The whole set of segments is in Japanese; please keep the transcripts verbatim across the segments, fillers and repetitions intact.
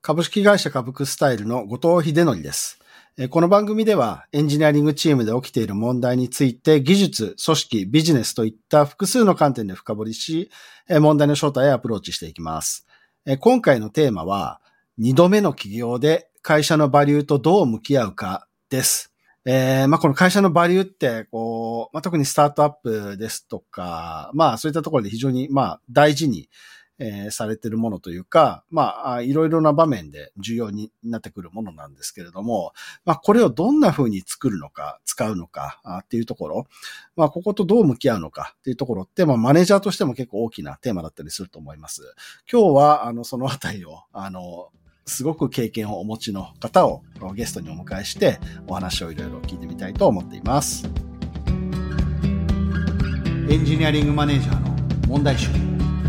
株式会社株式スタイルの後藤秀則です。この番組ではエンジニアリングチームで起きている問題について技術、組織、ビジネスといった複数の観点で深掘りし、問題の正体へアプローチしていきます。今回のテーマは、二度目の起業で会社のバリューとどう向き合うかです。えー、まあ、この会社のバリューって、こう、まあ、特にスタートアップですとか、まあ、そういったところで非常に、まあ、大事に、えー、されているものというか、まあ、いろいろな場面で重要になってくるものなんですけれども、まあ、これをどんな風に作るのか、使うのかあっていうところ、まあ、こことどう向き合うのかっていうところって、まあ、マネージャーとしても結構大きなテーマだったりすると思います。今日は、あの、そのあたりを、あの、すごく経験をお持ちの方をゲストにお迎えしてお話をいろいろ聞いてみたいと思っています。エンジニアリングマネージャーの問題集。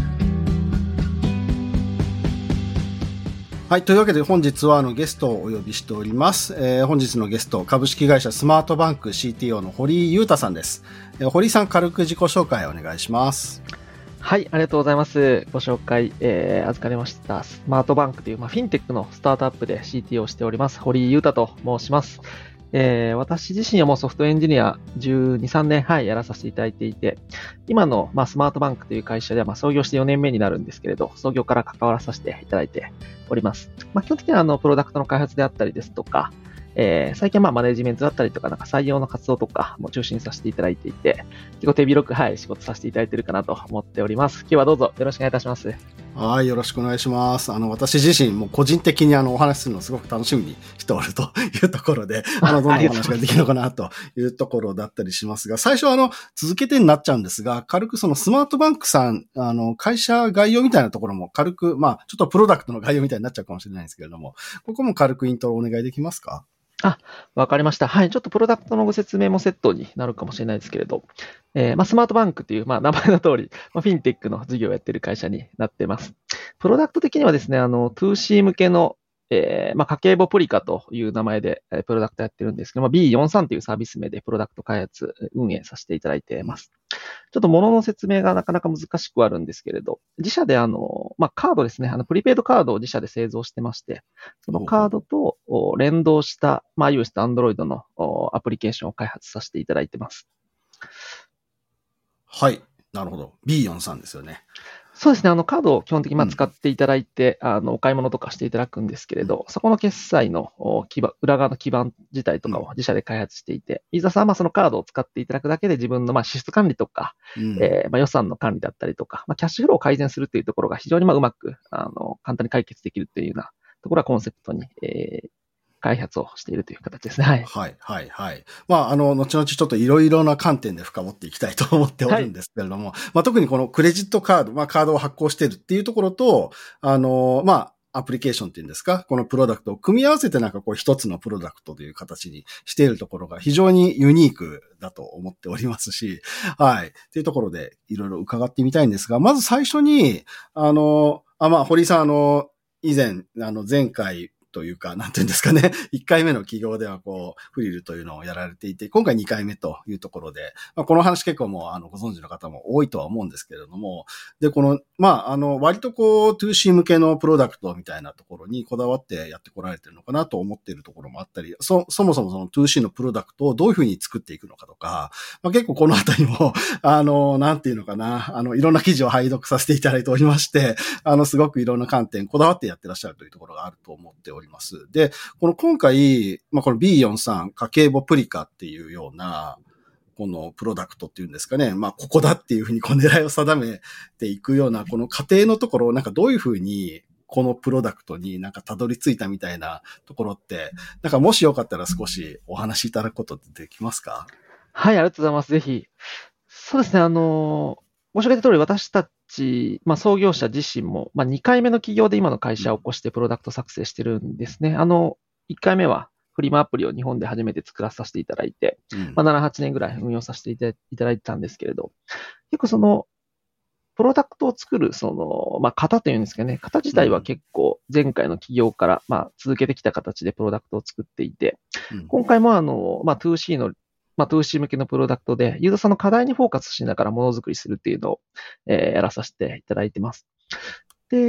はい。というわけで本日はあのゲストをお呼びしております。えー、本日のゲスト、株式会社スマートバンク シーティーオー の堀井裕太さんです。えー、堀井さん、軽く自己紹介をお願いします。 はい、ありがとうございます。ご紹介、えー、預かりました。スマートバンクという、まあ、フィンテックのスタートアップで シーティーオー をしております。堀井裕太と申します。えー、私自身はもうソフトエンジニアじゅうに、さんねん、はい、やらさせていただいていて、今の、まあ、スマートバンクという会社では、まあ、創業してよねんめになるんですけれど、創業から関わらさせていただいております。まあ、基本的には、あの、プロダクトの開発であったりですとか、えー、最近はまあマネジメントだったりとか、なんか採用の活動とかも中心させていただいていて、結構手広く、はい、仕事させていただいているかなと思っております。今日はどうぞよろしくお願いいたします。 はい、よろしくお願いします。あの、私自身も個人的にあの、お話しするのをすごく楽しみにしておるというところで、あの、どんなお話ができるのかなというところだったりしますが、最初はあの、続けてになっちゃうんですが、軽くそのスマートバンクさん、あの、会社概要みたいなところも軽く、まあ、ちょっとプロダクトの概要みたいになっちゃうかもしれないんですけれども、ここも軽くイントロお願いできますか？ あ、わかりました。はい。ちょっとプロダクトのご説明もセットになるかもしれないですけれど、えー、まあ、スマートバンクという、まあ、名前の通り、まあ、フィンテックの事業をやっている会社になっています。プロダクト的にはですね、あの、ツーシー 向けの、えー、まあ、家計簿プリカという名前で、えー、プロダクトやってるんですけど、まあ、ビーよんじゅうさん というサービス名でプロダクト開発、運営させていただいています。ちょっと物の説明がなかなか難しくはあるんですけれど、自社であの、まあ、カードですね、あの、プリペイドカードを自社で製造してまして、そのカードと連動した、まあ、iOS と Android のアプリケーションを開発させていただいてます。 はい。なるほど。ビーよんじゅうさん ですよね。 そうですね。あの、カードを基本的にまあ使っていただいて、うん、あの、お買い物とかしていただくんですけれど、うん、そこの決済の基盤、裏側の基盤自体とかを自社で開発していて、ユーザーさんはまあそのカードを使っていただくだけで自分のまあ支出管理とか、うん、えー、まあ予算の管理だったりとか、まあキャッシュフローを改善するっていうところが非常にまあうまく、あの、簡単に解決できるっていうようなところがコンセプトに、えー、開発をしているという形ですね。はい。 はい、はい、はい。まあ、あの、後々ちょっといろいろな観点で深掘っていきたいと思っておるんですけれども、はい、まあ、特にこのクレジットカード、まあ、カードを発行しているっていうところと、あの、まあ、アプリケーションっていうんですか、このプロダクトを組み合わせてなんかこう一つのプロダクトという形にしているところが非常にユニークだと思っておりますし、はい。というところでいろいろ伺ってみたいんですが、まず最初に、あの、あ、まあ、堀井さん、あの、以前、あの、前回、というか、なんていうんですかね。いっかいめの起業ではこう、フリルというのをやられていて、今回にかいめというところで、まあ、この話結構もう、あの、ご存知の方も多いとは思うんですけれども、で、この、まあ、あの、割とこう、ツーシー 向けのプロダクトみたいなところにこだわってやってこられてるのかなと思っているところもあったり、そ、そもそもその ツーシー のプロダクトをどういうふうに作っていくのかとか、まあ、結構このあたりも、あの、なんていうのかな、あの、いろんな記事を拝読させていただいておりまして、あの、すごくいろんな観点、こだわってやってらっしゃるというところがあると思っております。おります。で、この今回、まあ、この ビーよんじゅうさん 家計簿プリカっていうような、このプロダクトっていうんですかね。まあ、ここだっていうふうにこう狙いを定めていくような、この過程のところをなんかどういうふうに、このプロダクトになんかたどり着いたみたいなところって、なんかもしよかったら少しお話しいただくことってできますか？ はい、ありがとうございます。ぜひ。そうですね、あの、ご紹介した通り私たち、まあ、創業者自身も、まあ、にかいめの起業で今の会社を起こしてプロダクト作成してるんですね。あの、いっかいめはフリマアプリを日本で初めて作らさせていただいて、うん、まあ、なな、はちねんぐらい運用させていただいてたんですけれど、結構その、プロダクトを作る、その、まあ、型というんですかね、型自体は結構前回の起業から、まあ、続けてきた形でプロダクトを作っていて、うん、今回もあの、まあ、ツーシー のまあ、ツーシー 向けのプロダクトで、ユーザーさんの課題にフォーカスしながらものづくりするっていうのを、えー、やらさせていただいてます。で、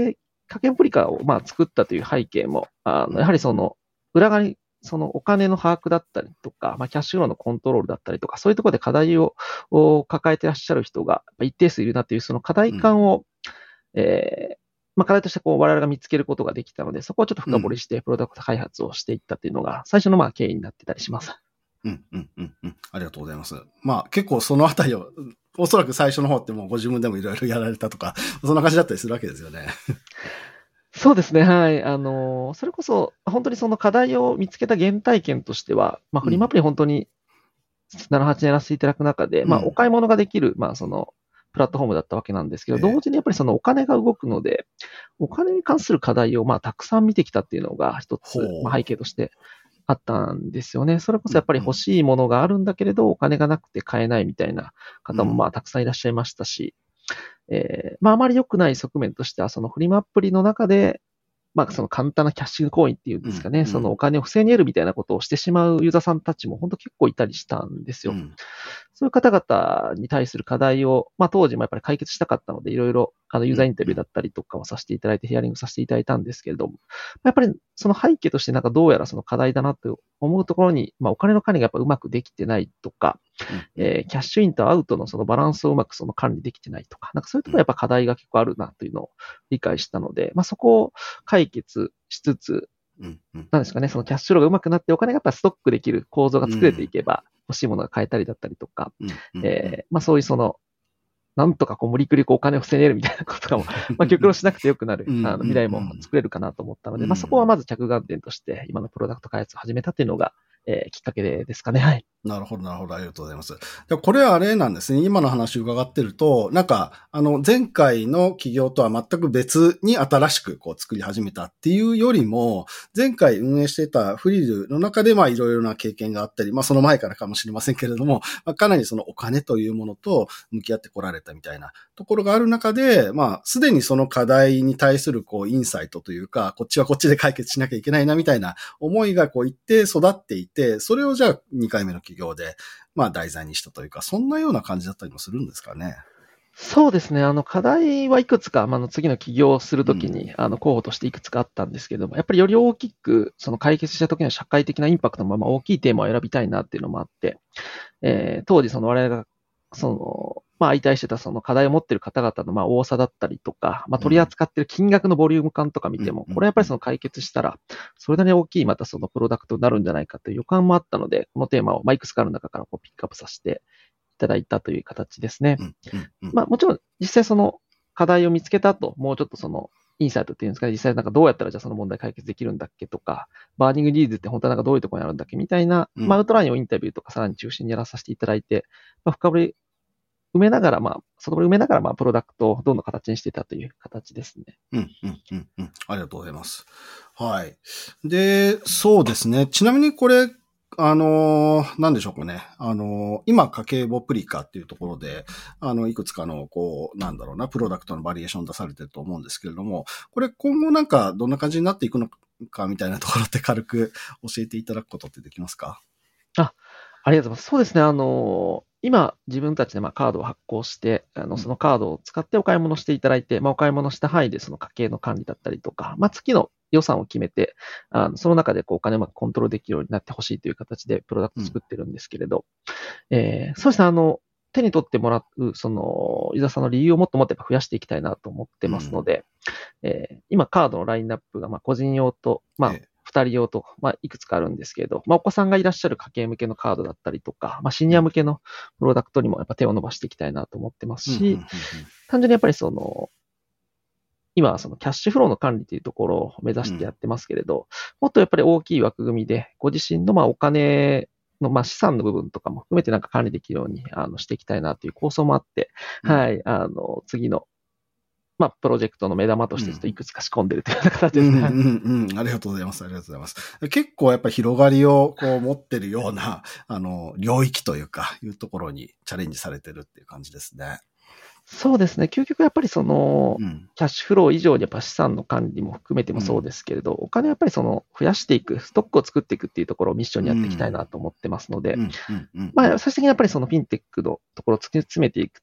家計簿プリカをまあ作ったという背景も、あのやはりその裏側にそのお金の把握だったりとか、まあ、キャッシュフローのコントロールだったりとか、そういうところで課題を抱えていらっしゃる人が一定数いるなという、その課題感を、うん、えーまあ、課題としてこう我々が見つけることができたので、そこをちょっと深掘りしてプロダクト開発をしていったというのが、最初のまあ経緯になってたりします。 うんうんうんうん。ありがとうございます。まあ結構そのあたりを、おそらく最初の方ってもうご自分でもいろいろやられたとか、そんな感じだったりするわけですよね。 そうですね。はい。あの、それこそ、本当にその課題を見つけた原体験としては、まあ、フリマアプリ本当になな、はちねんやらせていただく中で、うん、まあ、お買い物ができる、まあ、その、プラットフォームだったわけなんですけど、えー、同時にやっぱりそのお金が動くので、お金に関する課題を、まあ、たくさん見てきたっていうのが一つ、まあ、背景としてあったんですよね。それこそやっぱり欲しいものがあるんだけれど、お金がなくて買えないみたいな方も、まあ、たくさんいらっしゃいましたし、うん、えー、まあ、あまり良くない側面としては、そのフリマアプリの中で、まあ、その簡単なキャッシュコインっていうんですかね、うんうん、そのお金を不正に得るみたいなことをしてしまうユーザーさんたちも本当結構いたりしたんですよ。うん、そういう方々に対する課題を、まあ当時もやっぱり解決したかったので、いろいろあのユーザーインタビューだったりとかをさせていただいて、ヒアリングさせていただいたんですけれども、やっぱりその背景としてなんかどうやらその課題だなと思うところに、まあお金の管理がやっぱうまくできてないとか、うんえー、キャッシュインとアウトのそのバランスをうまくその管理できてないとか、なんかそういうところやっぱ課題が結構あるなというのを理解したので、まあそこを解決しつつ、うんうん、なんですかね、そのキャッシュフローがうまくなって、お金がやっぱストックできる構造が作れていけば、欲しいものが買えたりだったりとか、うんうんえー、まあそういうその、なんとかこう無理くりこうお金を防げるみたいなこととかも、まあ極論しなくてよくなるあの未来も作れるかなと思ったので、まあそこはまず着眼点として今のプロダクト開発を始めたっていうのが、えー、きっかけですかね。はい。 なるほど、なるほど。ありがとうございます。でこれはあれなんですね。今の話を伺ってると、なんか、あの、前回の企業とは全く別に新しくこう作り始めたっていうよりも、前回運営していたフリルの中でまあいろいろな経験があったり、まあその前からかもしれませんけれども、まあ、かなりそのお金というものと向き合ってこられたみたいなところがある中で、まあすでにその課題に対するこうインサイトというか、こっちはこっちで解決しなきゃいけないなみたいな思いがこう一定育っていて、それをじゃあにかいめの企業で、まあ題材にしたというか、そんなような感じだったりもするんですかね。 そうですね。あの、課題はいくつか、まあ、の次の起業をするときに、うん、あの、候補としていくつかあったんですけども、やっぱりより大きく、その解決したときの社会的なインパクトのまま大きいテーマを選びたいなっていうのもあって、えー、当時その我々が、その、まあ、相対してたその課題を持っている方々のまあ多さだったりとか、まあ、取り扱っている金額のボリューム感とか見ても、これやっぱりその解決したら、それなりに大きいまたそのプロダクトになるんじゃないかという予感もあったので、このテーマをまあいくつかある中からこうピックアップさせていただいたという形ですね。まあ、もちろん実際その課題を見つけた後、もうちょっとそのインサイトっていうんですかね、実際なんかどうやったらじゃあその問題解決できるんだっけとか、バーニングニーズって本当はなんかどういうところにあるんだっけみたいな、まあ、アウトラインをインタビューとかさらに中心にやらさせていただいて、まあ、深掘り埋めながら、まあ、そこで埋めながら、まあ、プロダクトをどんどん形にしていたという形ですね。 うん、うん、うん、うん。ありがとうございます。はい。で、そうですね。ちなみにこれ、あのー、なんでしょうかね。あのー、今、家計簿プリカっていうところで、あの、いくつかの、こう、なんだろうな、プロダクトのバリエーション出されてると思うんですけれども、これ今後なんか、どんな感じになっていくのかみたいなところって軽く教えていただくことってできますか？ あ、ありがとうございます。そうですね。あのー、今、自分たちでまあカードを発行して、あの、そのカードを使ってお買い物していただいて、まあ、お買い物した範囲でその家計の管理だったりとか、まあ、月の予算を決めて、あの、その中でこうお金をうまくコントロールできるようになってほしいという形でプロダクトを作ってるんですけれど、うん、えー、そうですね。あの、手に取ってもらう、その、ユーザーさんの理由をもっともっとやっぱ増やしていきたいなと思ってますので、うん、えー、今、カードのラインナップが、まあ、個人用と、まあ、ええ二人用と、まあ、いくつかあるんですけれど、まあ、お子さんがいらっしゃる家計向けのカードだったりとか、まあ、シニア向けのプロダクトにもやっぱ手を伸ばしていきたいなと思ってますし、単純にやっぱりその、今はそのキャッシュフローの管理というところを目指してやってますけれど、もっとやっぱり大きい枠組みで、ご自身のまあお金のまあ資産の部分とかも含めてなんか管理できるようにあのしていきたいなという構想もあって、うん、はい、あの、次のまあ、プロジェクトの目玉としてちょっといくつか仕込んでるというような形ですね。 うんうんうん。ありがとうございます。ありがとうございます。結構やっぱり広がりをこう持ってるような、あの、領域というか、いうところにチャレンジされてるっていう感じですね。 そうですね。究極やっぱりその、うん、キャッシュフロー以上にやっぱ資産の管理も含めてもそうですけれど、うん、お金やっぱりその増やしていく、ストックを作っていくっていうところをミッションにやっていきたいなと思ってますので、まあ、最終的にやっぱりそのフィンテックのところを突き詰めていくと、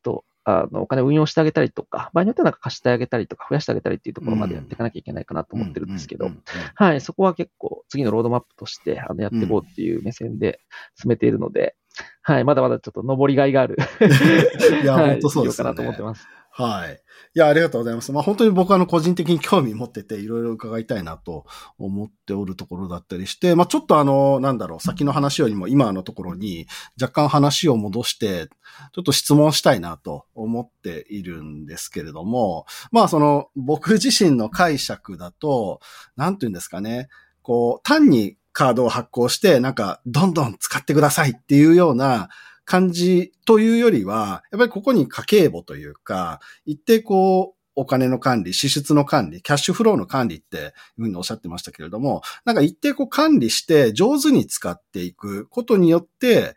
あの、お金を運用してあげたりとか、場合によってはなんか貸してあげたりとか、増やしてあげたりっていうところまでやっていかなきゃいけないかなと思ってるんですけど、はい、そこは結構次のロードマップとして、あの、やっていこうっていう目線で進めているので、はい、まだまだちょっと登りがいがあるいや、 はい、 本当そうですよね。 事業かなと思ってます。 はい。いや、ありがとうございます。まあ本当に僕はあの個人的に興味持ってていろいろ伺いたいなと思っておるところだったりして、まあちょっとあの、なんだろう、先の話よりも今のところに若干話を戻して、ちょっと質問したいなと思っているんですけれども、まあその僕自身の解釈だと、なんていうんですかね、こう、単にカードを発行して、なんか、どんどん使ってくださいっていうような、感じというよりは、やっぱりここに家計簿というか、一定こう、お金の管理、支出の管理、キャッシュフローの管理っていうふうにおっしゃってましたけれども、なんか一定こう管理して上手に使っていくことによって、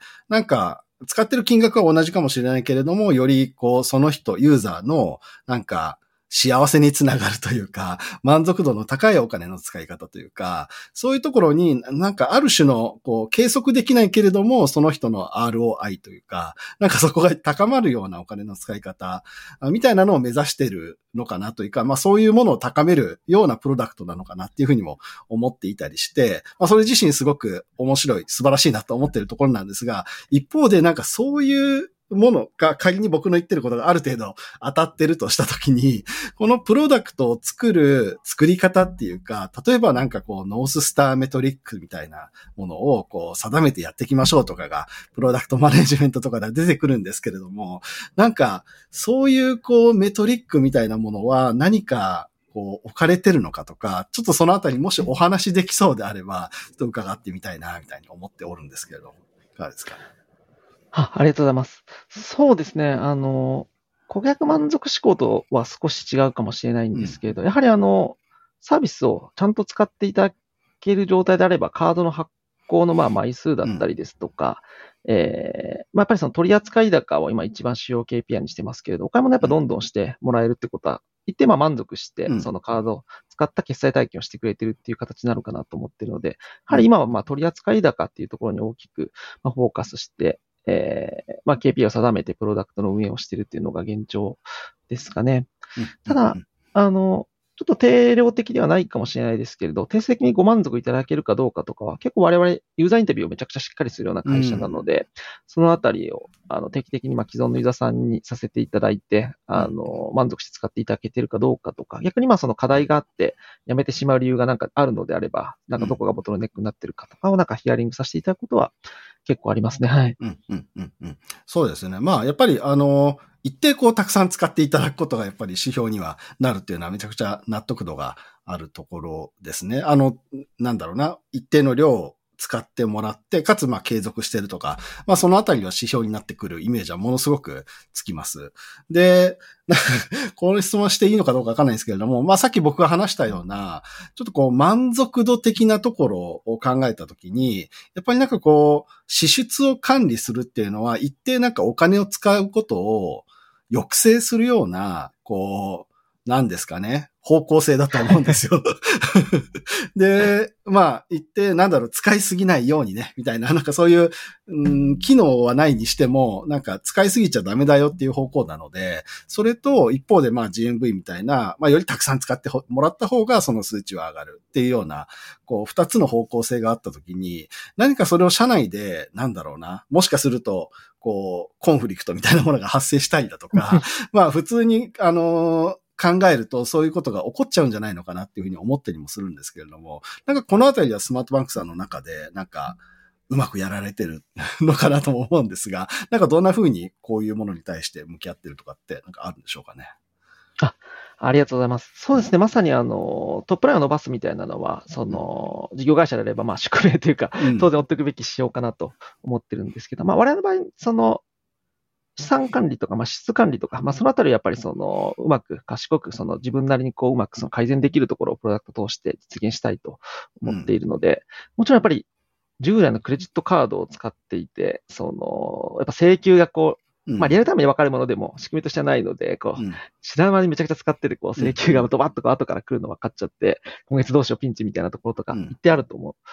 なんか使ってる金額は同じかもしれないけれども、よりこうその人、ユーザーのなんか幸せにつながるというか、満足度の高いお金の使い方というか、そういうところになんかある種のこう計測できないけれども、その人の アールオーアイ というか、なんかそこが高まるようなお金の使い方みたいなのを目指しているのかなというか、まあそういうものを高めるようなプロダクトなのかなっていうふうにも思っていたりして、まあそれ自身すごく面白い、素晴らしいなと思っているところなんですが、一方でなんかそういうものが仮に僕の言ってることがある程度当たってるとしたときに、このプロダクトを作る作り方っていうか、例えばなんかこうノーススターメトリックみたいなものをこう定めてやっていきましょうとかがプロダクトマネジメントとかで出てくるんですけれども、なんかそういうこうメトリックみたいなものは何かこう置かれてるのかとか、ちょっとそのあたりもしお話できそうであれば、ちょっと伺ってみたいなみたいに思っておるんですけれども、いかがですかね。 あ、ありがとうございます。そうですね。あの、顧客満足志向とは少し違うかもしれないんですけれど、うん、やはりあの、サービスをちゃんと使っていただける状態であれば、カードの発行のまあ枚数だったりですとか、うん、えー、まあ、やっぱりその取扱高を今一番主要 ケーピーアイ にしてますけれど、お買い物やっぱどんどんしてもらえるってことは、一定まあ満足して、そのカードを使った決済体験をしてくれてるっていう形になるかなと思っているので、やはり今はまあ取扱高っていうところに大きくフォーカスして、えー、まあ ケーピーアイ を定めてプロダクトの運営をしているっていうのが現状ですかね。ただ、あの、ちょっと定量的ではないかもしれないですけれど、定性的にご満足いただけるかどうかとかは、結構我々ユーザーインタビューをめちゃくちゃしっかりするような会社なので、うん、そのあたりをあの定期的にまあ既存のユーザーさんにさせていただいて、あの、満足して使っていただけているかどうかとか、逆にまあその課題があってやめてしまう理由がなんかあるのであれば、なんかどこがボトルネックになっているかとかをなんかヒアリングさせていただくことは結構ありますね。はい。 うんうんうんうん。そうですね。まあやっぱりあの、一定こうたくさん使っていただくことがやっぱり指標にはなるっていうのはめちゃくちゃ納得度があるところですね。あの、なんだろうな、一定の量を使ってもらって、かつまあ継続してるとか、まあそのあたりは指標になってくるイメージはものすごくつきます。で、この質問していいのかどうかわかんないんですけれども、まあさっき僕が話したような、ちょっとこう満足度的なところを考えたときに、やっぱりなんかこう、支出を管理するっていうのは一定なんかお金を使うことを抑制するような、こう、なんですかね。方向性だと思うんですよ。で、まあ、言って、なんだろう、使いすぎないようにね、みたいな、なんかそういう、うん、機能はないにしても、なんか使いすぎちゃダメだよっていう方向なので、それと一方でまあ ジーエムブイ みたいな、まあよりたくさん使ってもらった方がその数値は上がるっていうような、こう二つの方向性があったときに、何かそれを社内で、なんだろうな、もしかすると、こう、コンフリクトみたいなものが発生したりだとか、まあ普通に、あのー、考えるとそういうことが起こっちゃうんじゃないのかなっていうふうに思ったりもするんですけれども、なんかこのあたりはスマートバンクさんの中でなんかうまくやられてるのかなとも思うんですが、なんかどんなふうにこういうものに対して向き合ってるとかってなんかあるんでしょうかね。 あ、ありがとうございます。そうですね。まさにあの、トップラインを伸ばすみたいなのは、その、事業会社であれば、まあ、宿命というか、当然追っていくべき仕様かなと思ってるんですけど、まあ、我々の場合、その、資産管理とか、まあ、支出管理とか、まあ、そのあたりやっぱりその、うまく賢く、その自分なりにこう、うまくその改善できるところをプロダクトを通して実現したいと思っているので、もちろんやっぱり、従来のクレジットカードを使っていて、その、やっぱ請求がこう、まあ、リアルタイムに分かるものでも仕組みとしてはないので、こう、知らない間にめちゃくちゃ使ってて、こう、請求がドバッとこう後から来るの分かっちゃって、今月どうしようピンチみたいなところとか、一定あると思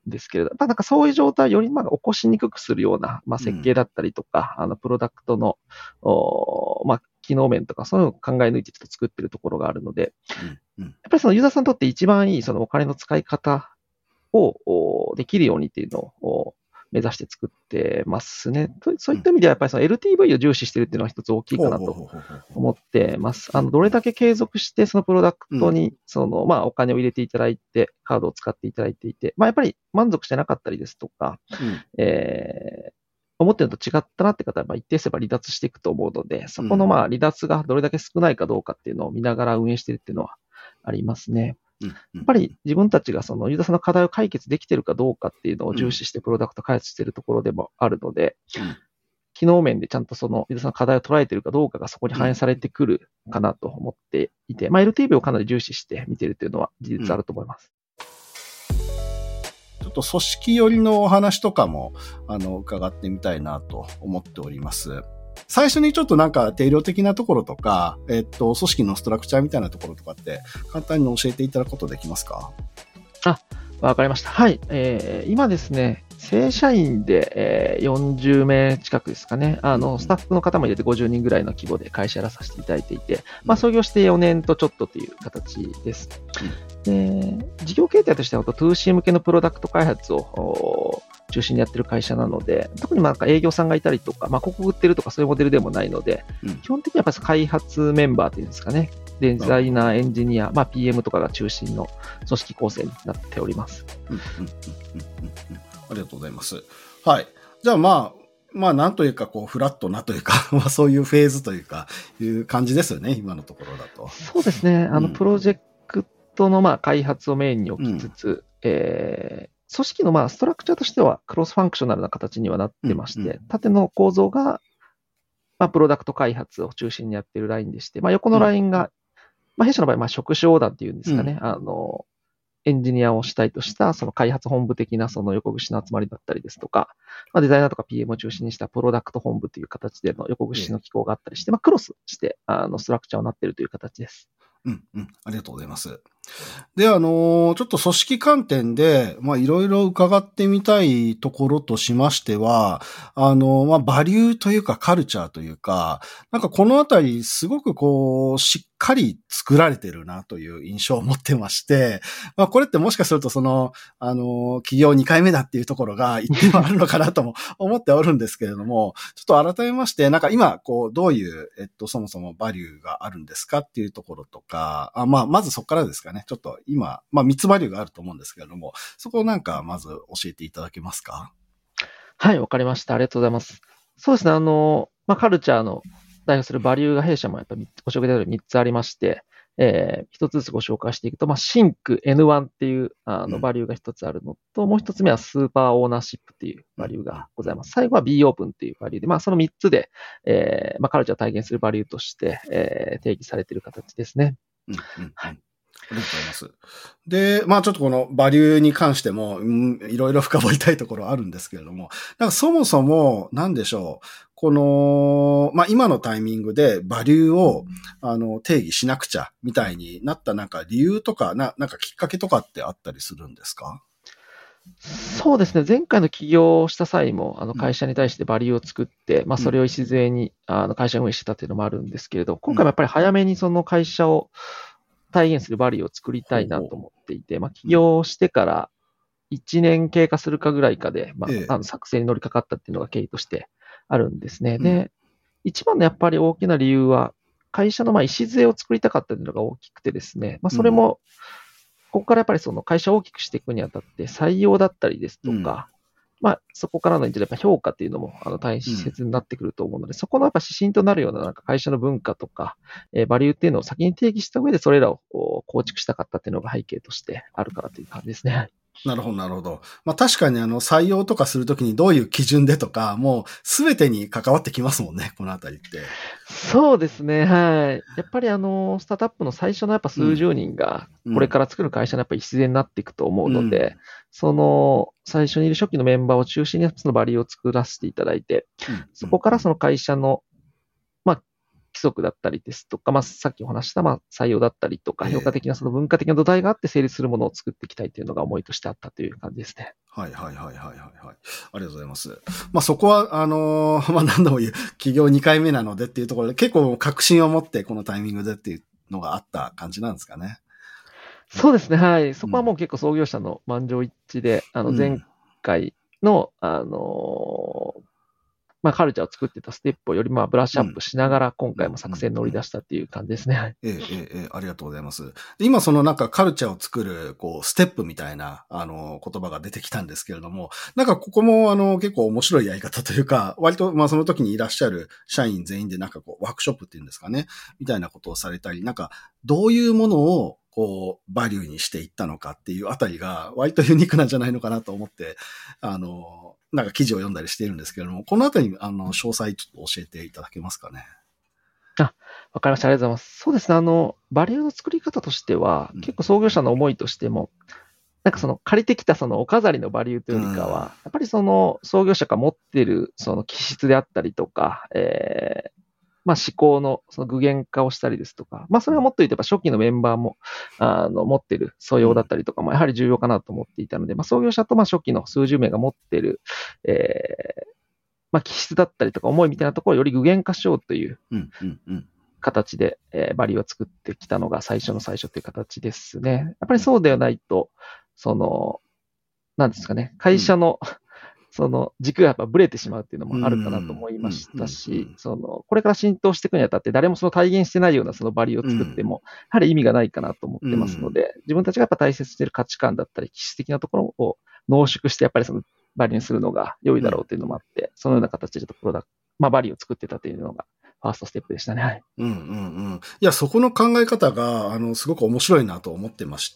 ですけれど、やっぱなんかそういう状態をよりまあ起こしにくくするような、まあ、設計だったりとか、うん、あの、プロダクトの、おまあ、機能面とか、そういうのを考え抜いてちょっと作ってるところがあるので、うんうん、やっぱりそのユーザーさんにとって一番いいそのお金の使い方をできるようにっていうのを目指して作ってますね。そういった意味ではやっぱりその エルティーブイ を重視してるっていうのは一つ大きいかなと思ってます。あの、どれだけ継続してそのプロダクトにその、まあお金を入れていただいて、カードを使っていただいていて、まあやっぱり満足してなかったりですとか、うん、えー思ってるのと違ったなって方は一定数離脱していくと思うので、そこのまあ離脱がどれだけ少ないかどうかっていうのを見ながら運営しているっていうのはありますね。やっぱり自分たちがそのユーザーさんの課題を解決できているかどうかっていうのを重視してプロダクト開発しているところでもあるので、うん、機能面でちゃんとそのユーザーさんの課題を捉えているかどうかがそこに反映されてくるかなと思っていて、まあ、エルティーブイ をかなり重視して見ているというのは事実あると思います。 うん、ちょっと組織寄りのお話とかもあの伺ってみたいなと思っております。最初にちょっとなんか定量的なところとか、えっと、組織のストラクチャーみたいなところとかって簡単に教えていただくことできますか？ あ、わかりました。はい。えー、今ですね、正社員で、えー、よんじゅうめい近くですかね。あの、スタッフの方も入れてごじゅうにんぐらいの規模で会社やらさせていただいていて、まあ、創業してよねんとちょっとという形です。うん、で事業形態としては ツーシー 向けのプロダクト開発を中心にやってる会社なので、特にまあなんか営業さんがいたりとか、まあ、広告売ってるとかそういうモデルでもないので、うん、基本的にはやっぱり開発メンバーというんですかね、デザイナー、エンジニア、まあ、ピーエム とかが中心の組織構成になっております。うんうんうんうんうん、 ありがとうございます。はい。じゃあまあ、まあなんというかこうフラットなというか、まあそういうフェーズというか、いう感じですよね、今のところだと。 そうですね。あの、うん、プロジェクトのまあ開発をメインに置きつつ、うん、えー組織のまあストラクチャーとしてはクロスファンクショナルな形にはなってまして、うんうん、縦の構造がまあプロダクト開発を中心にやっているラインでして、まあ、横のラインが、うんまあ、弊社の場合、まあ職種横断っていうんですかね、うん、あの、エンジニアを主体としたその開発本部的なその横串の集まりだったりですとか、まあ、デザイナーとか ピーエム を中心にしたプロダクト本部という形での横串の機構があったりして、まあ、クロスしてあのストラクチャーになっているという形です。 うんうん。ありがとうございます。で、あのー、ちょっと組織観点で、まあ、いろいろ伺ってみたいところとしましては、あのー、まあ、バリューというかカルチャーというか、なんかこのあたりすごくこう、しっかり作られてるなという印象を持ってまして、まあ、これってもしかするとその、あのー、企業にかいめだっていうところが一点はあるのかなとも思っておるんですけれども、ちょっと改めまして、なんか今、こう、どういう、えっと、そもそもバリューがあるんですかっていうところとか、あまあ、まずそこからですかね。ちょっと今、まあ、みっつバリューがあると思うんですけれども、そこをなんか、まず教えていただけますか？ はい、わかりました。ありがとうございます。そうですね、あの、まあ、カルチャーの代表するバリューが弊社もやっぱりご紹介いただいたみっつありまして、えー、一つずつご紹介していくと、まあ、シンク エヌワン っていうあのバリューが一つあるのと、うん、もう一つ目はスーパーオーナーシップっていうバリューがございます。最後は B オープンっていうバリューで、まあ、そのみっつで、えー、まあ、カルチャーを体現するバリューとして、えー、定義されている形ですね。 うんうんはい。ありがとうございます。で、まあちょっとこのバリューに関しても、うん、いろいろ深掘りたいところあるんですけれども、なんかそもそも、なんでしょう、この、まあ今のタイミングでバリューを、あの、定義しなくちゃ、みたいになったなんか理由とか、な、なんかきっかけとかってあったりするんですか？ そうですね。前回の起業をした際も、あの会社に対してバリューを作って、うん、まあそれを礎に、あの会社運営してたっていうのもあるんですけれど、今回もやっぱり早めにその会社を体現するバリューを作りたいなと思っていて、まあ起業してからいちねん経過するかぐらいかで、まあ、あの作成に乗りかかったっていうのが経緯としてあるんですね。で、一番のやっぱり大きな理由は、会社のまあ礎を作りたかったというのが大きくてですね、まあそれも、ここからやっぱりその会社を大きくしていくにあたって採用だったりですとか、うん、まあそこからのやっぱ評価っていうのもあの大切になってくると思うので、うん、そこのやっぱ指針となるようななんか会社の文化とか、えー、バリューっていうのを先に定義した上でそれらを構築したかったっていうのが背景としてあるからという感じですね。 なるほど、なるほど。まあ確かにあの採用とかするときにどういう基準でとか、もうすべてに関わってきますもんね、このあたりって。 そうですね、はい。やっぱりあの、スタートアップの最初のやっぱ数十人が、これから作る会社のやっぱり礎になっていくと思うので、うん、その最初にいる初期のメンバーを中心にそのバリューを作らせていただいて、うん、そこからその会社の、まあ、 規則だったりですとか、まあ、さっきお話した、まあ、採用だったりとか、 ええ評価的なその文化的な土台があって成立するものを作っていきたいというのが思いとしてあったという感じですね。 はいはいはいはいはいはい。ありがとうございます。まあそこは、あのーまあ何度も言う、起業にかいめなのでっていうところで結構確信を持ってこのタイミングでっていうのがあった感じなんですかね。 そうですね、はい。そこはもう結構創業者の満場一致で、あの、前回の、あのーまあ、カルチャーを作ってたステップをよりまあブラッシュアップしながら、今回も作戦に乗り出したっていう感じですね。はい。 ええ、ええ、ええ、ありがとうございます。今そのなんかカルチャーを作る、こう、ステップみたいな、あの、言葉が出てきたんですけれども、なんかここもあの、結構面白いやり方というか、割とまあその時にいらっしゃる社員全員でなんかこう、ワークショップっていうんですかね、みたいなことをされたり、なんか、どういうものを、こう、バリューにしていったのかっていうあたりが、割とユニークなんじゃないのかなと思って、あの、なんか記事を読んだりしているんですけれども、このあたり、あの、詳細ちょっと教えていただけますかね。 あ、わかりました。ありがとうございます。そうですね。あの、バリューの作り方としては、 うん、 結構創業者の思いとしても、なんかその借りてきたそのお飾りのバリューというよりかは、やっぱりその創業者が持っているその気質であったりとか、えー、まあ思考のその具現化をしたりですとか、まあそれはもっと言えば初期のメンバーも、あの、持っている素養だったりとかもやはり重要かなと思っていたので、まあ創業者とまあ初期の数十名が持っている、えー、まあ気質だったりとか思いみたいなところをより具現化しようという、 うんうんうん形で、えーバリューを作ってきたのが最初の最初という形ですね。やっぱりそうではないと、その、なんですかね、会社の、その軸がやっぱブレてしまうっていうのもあるかなと思いましたし、その、これから浸透していくにあたって誰もその体現してないようなそのバリューを作っても、やはり意味がないかなと思ってますので、自分たちがやっぱ大切にしている価値観だったり、気質的なところを濃縮してやっぱりそのバリューにするのが良いだろうというのもあって、そのような形でちょっとプロダクト、まあバリューを作ってたというのが、ファーストステップでしたね。はい。 うんうんうん。いや、そこの考え方が、あの、すごく面白いなと思ってまして、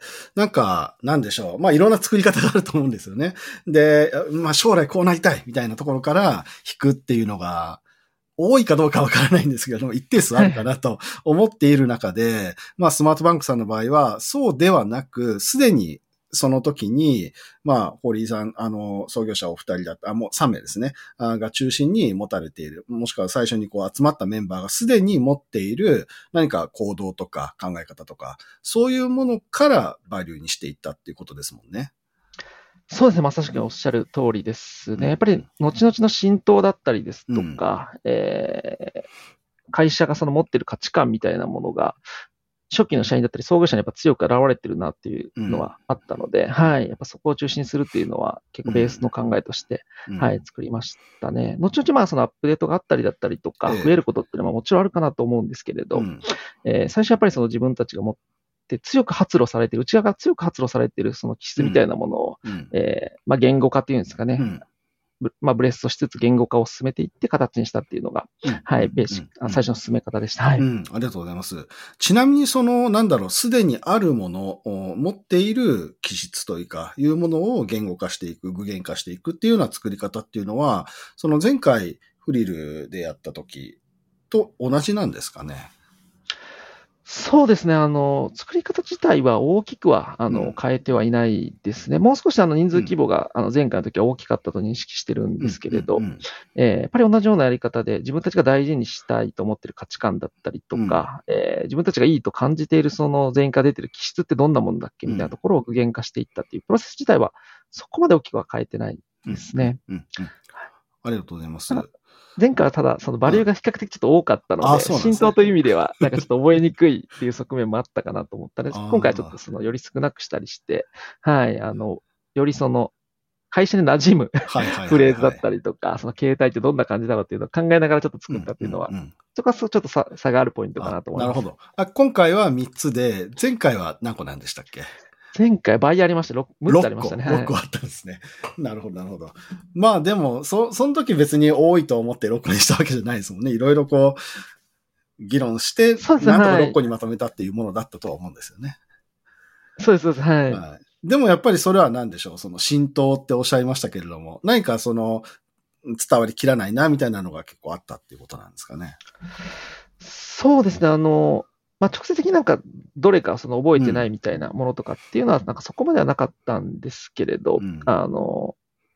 なんか、なんでしょう。まあ、いろんな作り方があると思うんですよね。で、まあ、将来こうなりたいみたいなところから引くっていうのが、多いかどうかわからないんですけれども、一定数あるかなと思っている中で、まあ、スマートバンクさんの場合は、そうではなく、すでに、その時に、まあ、堀井さん、あの、創業者お二人だった、あ、もうさん名ですね、あが中心に持たれている、もしくは最初にこう集まったメンバーがすでに持っている何か行動とか考え方とか、そういうものからバリューにしていったっていうことですもんね。 そうですね。まさしくおっしゃる通りですね。やっぱり、後々の浸透だったりですとか、うん、えー、会社がその持っている価値観みたいなものが、初期の社員だったり創業者にやっぱ強く現れてるなっていうのはあったので、うん、はい。やっぱそこを中心にするっていうのは結構ベースの考えとして、うん、はい、作りましたね。後々まあそのアップデートがあったりだったりとか、増えることっていうのはもちろんあるかなと思うんですけれど、うん、えー、最初やっぱりその自分たちが持って強く発露されている、内側から強く発露されているその気質みたいなものを、うん、えー、まあ言語化っていうんですかね。うんまあ、ブレストしつつ言語化を進めていって形にしたっていうのが、うん、はい、ベーシック、うん、最初の進め方でした。はい、 うん。ありがとうございます。ちなみにその、なんだろう、すでにあるものを持っている気質というか、いうものを言語化していく、具現化していくっていうような作り方っていうのは、その前回フリルでやった時と同じなんですかね。 そうですね。あの、作り方自体は大きくは、あの、うん、変えてはいないですね。もう少しあの人数規模が、うん、あの前回の時は大きかったと認識してるんですけれど、うんうんうんえー、やっぱり同じようなやり方で自分たちが大事にしたいと思っている価値観だったりとか、うんえー、自分たちがいいと感じているその全員から出ている気質ってどんなものだっけみたいなところを具現化していったっていうプロセス自体はそこまで大きくは変えてないですね。 うんうんうん、ありがとうございます。 前回はただ、そのバリューが比較的ちょっと多かったので、うんでね、浸透という意味では、なんかちょっと覚えにくいっていう側面もあったかなと思ったので、今回はちょっとそのより少なくしたりして、はい、あの、よりその、会社に馴染むフレーズだったりとか、その形態ってどんな感じだろうっていうのを考えながらちょっと作ったっていうのは、うんうんうん、そこはちょっと差があるポイントかなと思います。 なるほど。あ、今回はみっつで、前回は何個なんでしたっけ？ 前回倍ありました。むっつありましたね。 ろっこあったんですね。なるほど、なるほど。まあでも、そ、その時別に多いと思ってろっこにしたわけじゃないですもんね。いろいろこう、議論して、なんとかろっこにまとめたっていうものだったとは思うんですよね。 そうです、そうです。はい。はい、 でもやっぱりそれは何でしょう。その浸透っておっしゃいましたけれども、何かその、伝わりきらないな、みたいなのが結構あったっていうことなんですかね。 そうですね。あの、まあ、直接的になんか、どれかその覚えてないみたいなものとかっていうのは、なんかそこまではなかったんですけれど、うん、あの、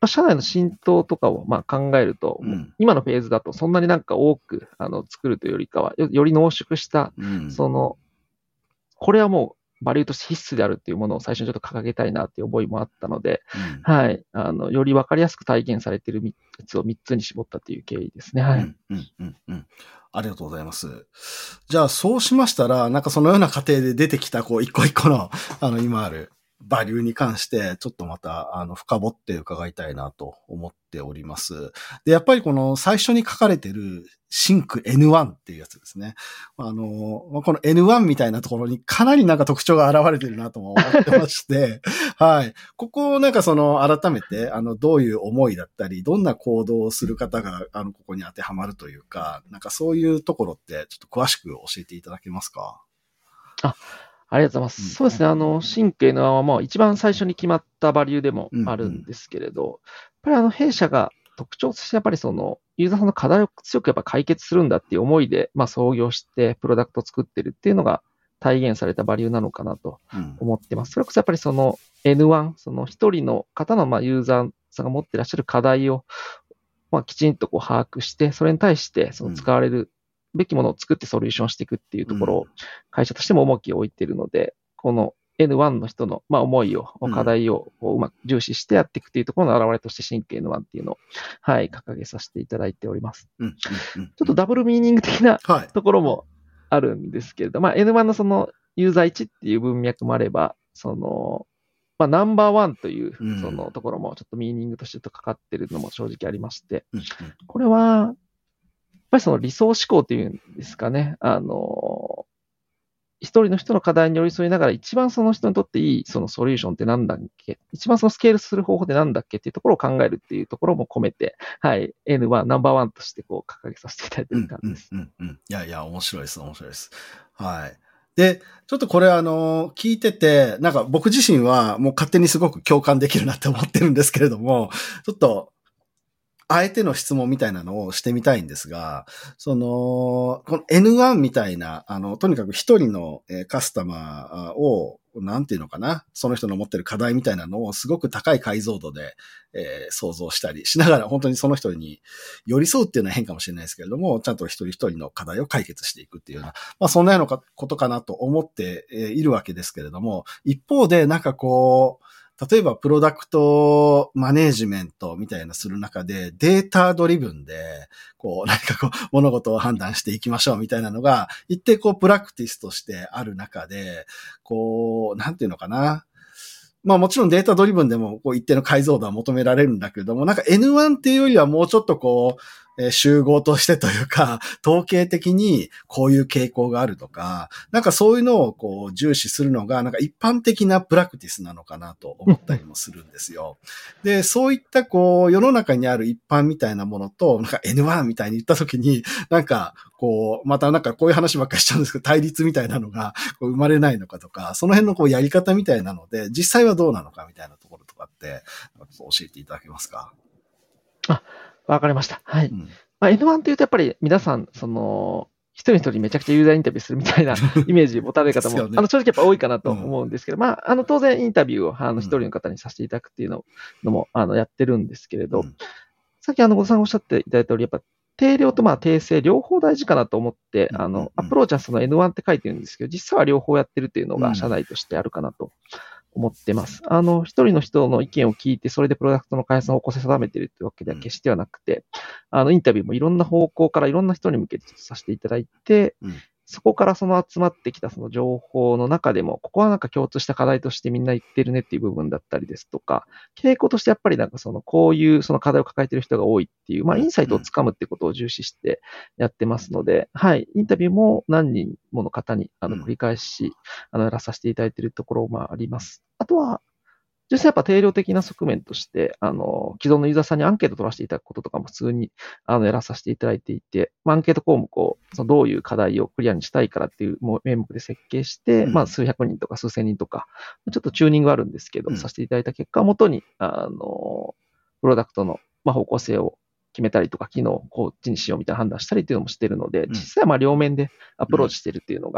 あ、社内の浸透とかをまあ考えると、 うん、 今のフェーズだとそんなになんか多くあの作るというよりかは、よ、より濃縮した、 うん、 その、これはもうバリューとして必須であるっていうものを最初にちょっと掲げたいなっていう思いもあったので、 うん、 はい。あの、よりわかりやすく体現されているやつをみっつに絞ったという経緯ですね。はい。 うん、うん、うん、うん。ありがとうございます。じゃあ、そうしましたら、なんかそのような過程で出てきた、こう、一個一個の、あの、今ある、バリューに関して、ちょっとまた、あの、深掘って伺いたいなと思っております。で、やっぱりこの最初に書かれてる、シンク エヌワン っていうやつですね。あの、この エヌワン みたいなところにかなりなんか特徴が現れてるなとも思ってまして、はい。ここをなんかその、改めて、あの、どういう思いだったり、どんな行動をする方が、あの、ここに当てはまるというか、なんかそういうところって、ちょっと詳しく教えていただけますか？ あ、ありがとうございます。 うん、 そうですね。あの、神経の案はもう一番最初に決まったバリューでもうん、 あるうん、 んですけれど、やっぱりあの弊社が特徴としてやっぱりそのユーザーさんの課題を強くやっぱ解決するんだっていう思いで、まあ創業してプロダクトを作ってるっていうのが体現されたバリューなのかなとうん、 思ってます。それこそやっぱりその エヌワン、その一人の方のまあユーザーさんが持ってらっしゃる課題をまあきちんとこう把握して、それに対してその使われるべきものを作ってソリューションしていくっていうところを会社としても重きを置いているので、この エヌワン の人の、まあ、思いを、課題をこううまく重視してやっていくというところの表れとして、神経 エヌワン っていうのを、はい、掲げさせていただいております。 うん、うん、 ちょっとダブルミーニング的なはい。 ところもあるんですけれど、まあ、エヌワン のそのユーザーいちっていう文脈もあれば、その、まあ、ナンバーワンというそのところもちょっとミーニングとしてとかかってるのも正直ありまして、 うん、 これは、やっぱりその理想思考っていうんですかね。あの、一人の人の課題に寄り添いながら、一番その人にとっていいそのソリューションってなんだっけ、一番そのスケールする方法ってなんだっけっていうところを考えるっていうところも込めて、はい、エヌワン、ナンバーワンとしてこう掲げさせていただいている感じです。 うん、うん、うん。いやいや、面白いです、面白いです。はい。で、ちょっとこれあの、聞いてて、なんか僕自身はもう勝手にすごく共感できるなって思ってるんですけれども、ちょっと、あえての質問みたいなのをしてみたいんですが、その、この エヌワン みたいな、あの、とにかく一人のカスタマーを、なんていうのかな、その人の持ってる課題みたいなのをすごく高い解像度で、えー、想像したりしながら本当にその人に寄り添うっていうのは変かもしれないですけれども、ちゃんと一人一人の課題を解決していくっていうような、まあそんなようなことかなと思っているわけですけれども、一方でなんかこう、例えばプロダクトマネージメントみたいなする中でデータドリブンで、こう、何かこう、物事を判断していきましょうみたいなのが、一定こう、プラクティスとしてある中で、こう、なんていうのかな。まあもちろんデータドリブンでもこう一定の解像度は求められるんだけれども、なんか エヌワン っていうよりはもうちょっとこう、えー、集合としてというか、統計的にこういう傾向があるとか、なんかそういうのをこう重視するのが、なんか一般的なプラクティスなのかなと思ったりもするんですよ。で、そういったこう、世の中にある一般みたいなものと、なんか エヌワン みたいに言ったときに、なんかこう、またなんかこういう話ばっかりしちゃうんですけど、対立みたいなのがこう生まれないのかとか、その辺のこうやり方みたいなので、実際はどうなのかみたいなところとかって、教えていただけますか？ あ、わかりました。はい。 うん、 まあ、エヌワン というとやっぱり皆さん、その、一人一人めちゃくちゃユーザーインタビューするみたいなイメージを持たれる方も、ね、あの正直やっぱ多いかなと思うんですけど、うん、まあ、あの当然インタビューをあの一人の方にさせていただくっていうのも、あのやってるんですけれど、うん、さっきあのごさんおっしゃっていただいた通り、やっぱ定量とまあ定性両方大事かなと思って、うん、あのアプローチはその エヌワン って書いてるんですけど、実際は両方やってるっていうのが社内としてあるかなと思ってます。あの、一人の人の意見を聞いて、それでプロダクトの開発の方向性を定めているというわけでは決してはなくて、うん、あの、インタビューもいろんな方向からいろんな人に向けてさせていただいて、うん、そこからその集まってきたその情報の中でも、ここはなんか共通した課題としてみんな言ってるねっていう部分だったりですとか、傾向としてやっぱりなんかその、こういうその課題を抱えている人が多いっていう、まあ、インサイトをつかむってことを重視してやってますので、はい、インタビューも何人もの方にあの繰り返し、あの、やらさせていただいているところもあります。あとは、実際やっぱ定量的な側面として、あの、既存のユーザーさんにアンケート取らせていただくこととかも普通に、あの、やらさせていただいていて、まあ、アンケート項目を、そのどういう課題をクリアにしたいからっていう名目で設計して、うん、まあ、数百人とか数千人とか、ちょっとチューニングあるんですけど、うん、させていただいた結果をもとに、あの、プロダクトの、まあ、方向性を決めたりとか、機能をこっちにしようみたいな判断したりっていうのもしているので、実際はまあ、両面でアプローチしているっていうのが、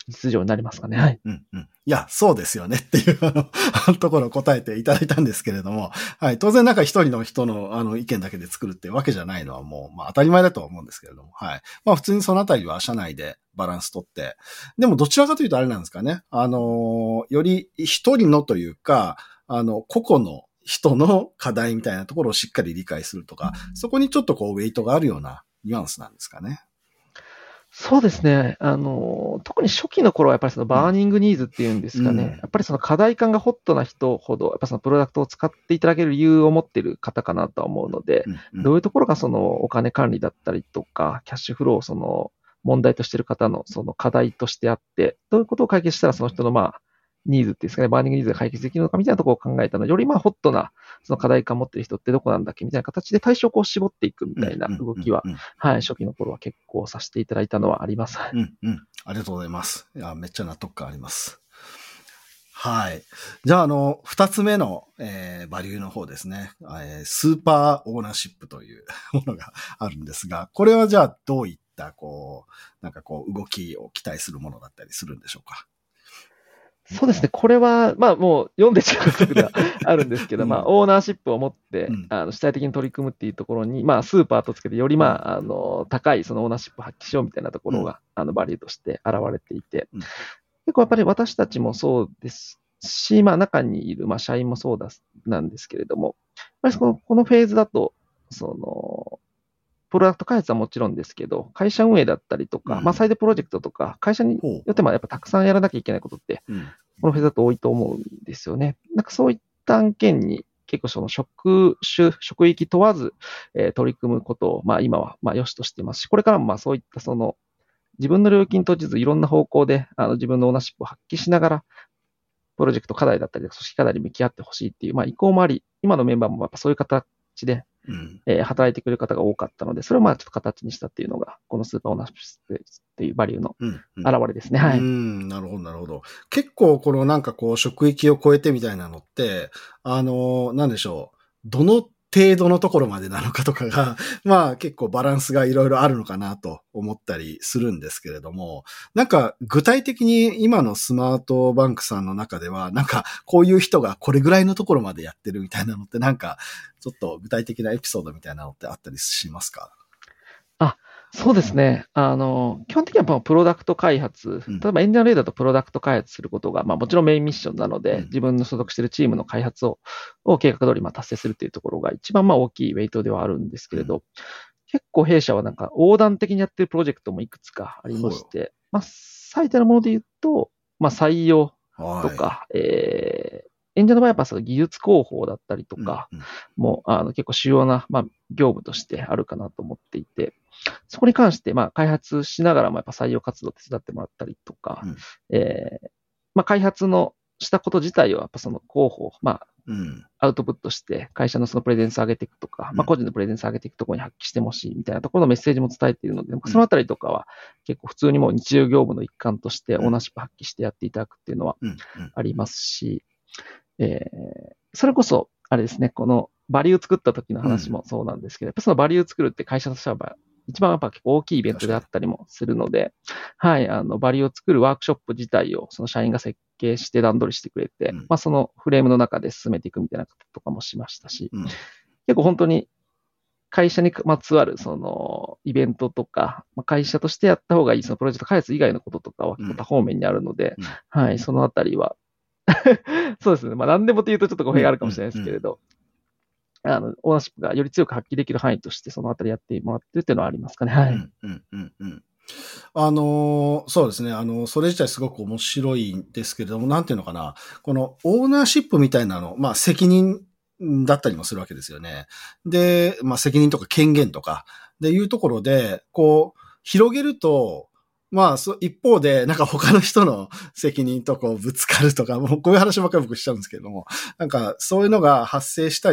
実情になりますかね。はい。 うんうん。いや、そうですよねっていうあのところを答えていただいたんですけれども、はい。当然なんか一人の人のあの意見だけで作るってわけじゃないのはもう、まあ当たり前だとは思うんですけれども、はい。まあ普通にそのあたりは社内でバランス取って、でもどちらかというとあれなんですかね。あの、より一人のというか、あの、個々の人の課題みたいなところをしっかり理解するとか、そこにちょっとこうウェイトがあるようなニュアンスなんですかね。 そうですね。あの、特に初期の頃はやっぱりそのバーニングニーズっていうんですかね。 うんやっぱりその課題感がホットな人ほど、やっぱそのプロダクトを使っていただける理由を持っている方かなとは思うので、 うんうん、 どういうところがそのお金管理だったりとか、キャッシュフローをその問題としている方のその課題としてあって、どういうことを解決したらその人のまあ、ニーズっていうんですかね、バーニングニーズが解決できるのかみたいなところを考えたので、よりまあホットなその課題感を持っている人ってどこなんだっけみたいな形で対象を絞っていくみたいな動きは、はい、初期の頃は結構させていただいたのはあります。 うんうん。ありがとうございます。いや、めっちゃ納得感あります。はい。じゃあ、あの、二つ目の、えー、バリューの方ですね、えー。スーパーオーナーシップというものがあるんですが、これはじゃあどういった、こう、なんかこう、動きを期待するものだったりするんでしょうか。 そうですね。これは、まあもう読んでしまうことではあるんですけど、うん、まあオーナーシップを持って、うん、あの主体的に取り組むっていうところに、まあスーパーとつけてよりまあ、あの、高いそのオーナーシップを発揮しようみたいなところが、うん、あのバリューとして現れていて、うん、結構やっぱり私たちもそうですし、まあ中にいる、まあ社員もそうだ、なんですけれども、やっぱりこの、このフェーズだと、その、プロダクト開発はもちろんですけど、会社運営だったりとか、うん、まあサイドプロジェクトとか、会社によってもやっぱたくさんやらなきゃいけないことって、うん、このフェーズだと多いと思うんですよね。なんかそういった案件に結構その職種、職域問わず、えー、取り組むことを、まあ今はまあ良しとしてますし、これからもまあそういったその自分の領域に閉じずいろんな方向であの自分のオーナーシップを発揮しながら、プロジェクト課題だったり、組織課題に向き合ってほしいっていう、まあ意向もあり、今のメンバーもやっぱそういう形で、うんえー、働いてくれる方が多かったので、それをまあちょっと形にしたっていうのが、このスーパーオーナーシップっていうバリューの現れですね。 うんうん、 はい。 うん、なるほど、なるほど。結構、このなんかこう、職域を超えてみたいなのって、あの、なんでしょう。どの程度のところまでなのかとかが、まあ結構バランスがいろいろあるのかなと思ったりするんですけれども、なんか具体的に今のスマートバンクさんの中では、なんかこういう人がこれぐらいのところまでやってるみたいなのってなんかちょっと具体的なエピソードみたいなのってあったりしますか？ あ、そうですね。あの、基本的にはプロダクト開発、 うん、 例えばエンジニアレイだとプロダクト開発することが、まあもちろんメインミッションなので、うん、自分の所属しているチームの開発を、を計画通りまあ達成するっていうところが一番まあ大きいウェイトではあるんですけれど、うん、結構弊社はなんか横断的にやってるプロジェクトもいくつかありまして、まあ最たるもので言うと、まあ採用とか、はい、えー演者の場合はやっぱその技術広報だったりとか、もうあの結構主要な、まあ、業務としてあるかなと思っていて、そこに関してまあ開発しながらもやっぱ採用活動を手伝ってもらったりとか、うんえーまあ、開発のしたこと自体をやっぱその広報、まあ、うん、アウトプットして会社のそのプレゼンス上げていくとか、まあ、個人のプレゼンス上げていくところに発揮してほしいみたいなところのメッセージも伝えているので、うん、そのあたりとかは結構普通にもう日常業務の一環としてオーナーシップ発揮してやっていただくっていうのはありますし、えー、それこそ、あれですね、このバリュー作った時の話もそうなんですけど、うん、やっぱそのバリュー作るって会社としては一番やっぱ結構大きいイベントであったりもするので、はい、あの、バリューを作るワークショップ自体をその社員が設計して段取りしてくれて、うん、まあそのフレームの中で進めていくみたいなこととかもしましたし、うん、結構本当に会社にまつわるそのイベントとか、まあ、会社としてやった方がいいそのプロジェクト開発以外のこととかは結構多方面にあるので、うん、はい、そのあたりはそうですね。まあ何でもというとちょっと語弊があるかもしれないですけれど、うんうんうん、あの、オーナーシップがより強く発揮できる範囲としてそのあたりやってもらってるっていうのはありますかね。はい。うんうんうんうん、 あの、そうですね。あの、それ自体すごく面白いんですけれども、なんていうのかな。このオーナーシップみたいなの、まあ責任だったりもするわけですよね。で、まあ責任とか権限とか、でいうところで、こう、広げると、まあ、一方で、なんか他の人の責任とこうぶつかるとか、もうこういう話ばっかり僕しちゃうんですけれども、なんかそういうのが発生したり